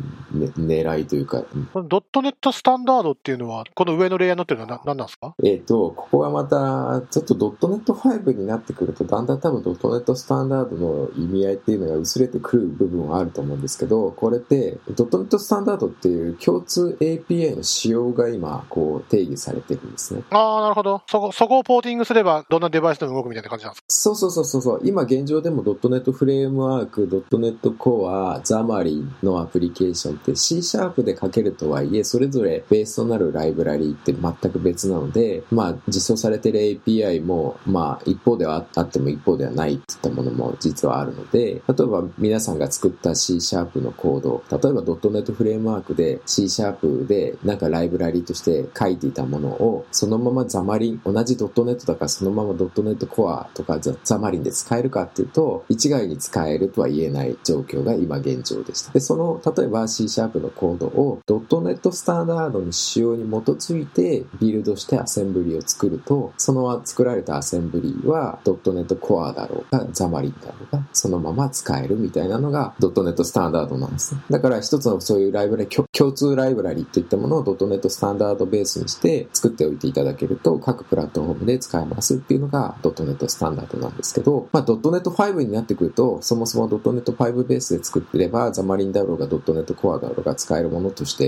ね、狙いというか。 うん、ドットネットスタンダードっていうのは、この上のレイヤーに乗ってるのは何なんですか？ えっと、ここはまた、ちょっと ドットネットファイブ になってくると、だんだん多分 ドットネットスタンダードの意味合いっていうのが薄れてくる部分はあると思うんですけど、これって、ドットネットスタンダードっていう共通 エーピーアイ の仕様が今、こう定義されてるんですね。 ああ、なるほど。そこ、そこをポーティングすれば、どんなデバイスでも動くみたいな感じなんですか？ そうそうそうそうそう。今現状でも ドットネット フレームワーク、ドットネット Core、ザマリンのアプリケーションって C シャープで書けるとはいえ、それぞれベースとなるライブラリーって全く別なので、まあ実装されている エーピーアイ も、まあ一方ではあっても一方ではないっていったものも実はあるので、例えば皆さんが作った C シャープのコード、例えば ドットネット フレームワークで C シャープでなんかライブラリーとして書いていたものを、そのままザマリン、同じ ドットネット だからそのまま ドットネット Core とかザマリンで使えるかっていうと、一概に使えるとは言えない状況が今現状でした。で、その、例えば C シャープのコードを ドットネット スタンダードの仕様に基づいてビルドしてアセンブリを作ると、その作られたアセンブリは ドットネット Core だろうが、ザマリンだろうが、そのまま使えるみたいなのが ドットネット スタンダードなんですね。だから一つのそういうライブラリ、共通ライブラリといったものを ドットネット スタンダードベースにして作っておいていただけると、各プラットフォームで使えますっていうのが ドットネット スタンダードなんですけど、まあ ドットネットファイブ になってくると、そもそも ドットネットファイブ ベースで作ってれば、ザマリンだろうが ドットネット Core だろうが使えるものとして動くは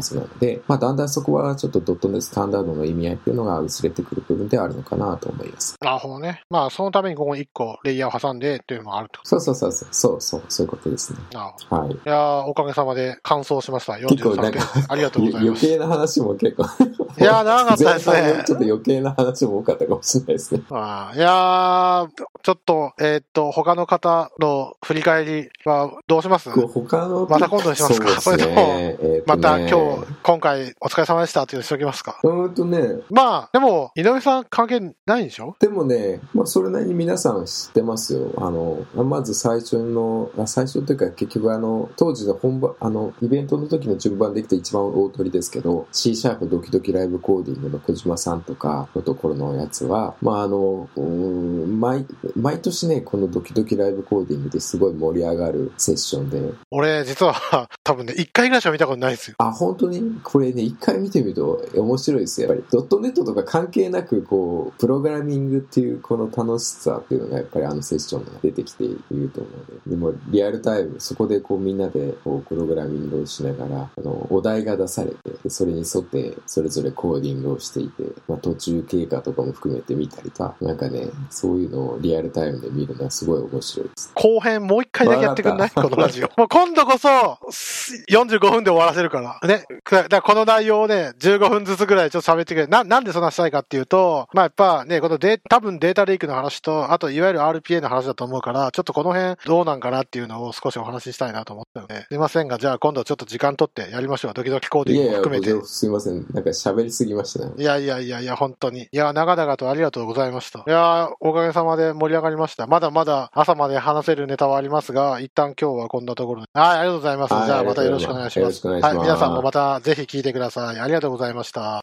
はずなので、まあ、だんだんそこはちょっとドットネットスタンダードの意味合いっていうのが薄れてくる部分であるのかなと思います。 なるほどね。まあ、そのためにここいっこレイヤーを挟んでっていうのもあると。 そうそうそうそう、そうそう、そういうことですね。 なるほど。 はい。 いやー、おかげさまで完走しました。よんじゅうさんページ。ありがとうございます。 余計な話も結構いやー、長かったですね。 前半ちょっと余計な話も多かったかもしれないですね。 あいやー、ちょっと、えー、っと、他の方の振り返りはどうします？ 他のまた今度にしますか？ そうですね。 それとも、 えーとね、 また今日、今回お疲れ様でしたっていうのしときますか？ うんとね。 まあ、でも、井上さん関係ないんでしょ？ でもね、まあ、それなりに皆さん知ってますよ。あの、まず最初の、最初というか結局あの、当時の本番、あの、イベントの時の順番できた一番大取りですけど、C シャープドキドキライブコーディングの小島さんとかのところのやつは、まああの、うーん、毎、毎年ね、このドキドキライブコーディングですごい盛り上がるセッションで。 俺、実は多分ね、一回ぐらいしか見たことないですよ。 あ、本当にこれね、一回見てみると面白いですよ。やっぱりドットネットとか関係なく、こう、プログラミングっていうこの楽しさっていうのがやっぱりあのセッションが出てきていると思うので、でもリアルタイム、そこでこうみんなでこうプログラミングをしながら、あの、お題が出されて、それに沿ってそれぞれコーディングをしていて、まあ、途中経過とかも含めて見たりとか、なんかね、そういうのをリアルタイムで見るのはすごい面白いです。 後編もう一回だけやってくんない？このラジオ。もう今度こそよんじゅうごふんで終わらせるから。ね。だからこの内容をね、じゅうごふんずつぐらいちょっと喋ってくれ。な、なんでそんなしたいかっていうと、まあやっぱね、このデー多分データレイクの話と、あといわゆる アールピーエー の話だと思うから、ちょっとこの辺どうなんかなっていうのを少しお話ししたいなと思ったので、すいませんが、じゃあ今度ちょっと時間取ってやりましょう。ドキドキコーディングも含めて。 いやいや、すいません。なんか喋りすぎましたね。 いやいやいやいや、本当に。いや、長々とありがとうございました。いや、おかげさまで盛り上がりました。まだまだ朝まで話せるネタはありますが、一旦今日はこんなところで。はい、ありがとうございます。じゃあまたよろしくお願いします。はい、皆さんもまたぜひ聞いてください。ありがとうございました。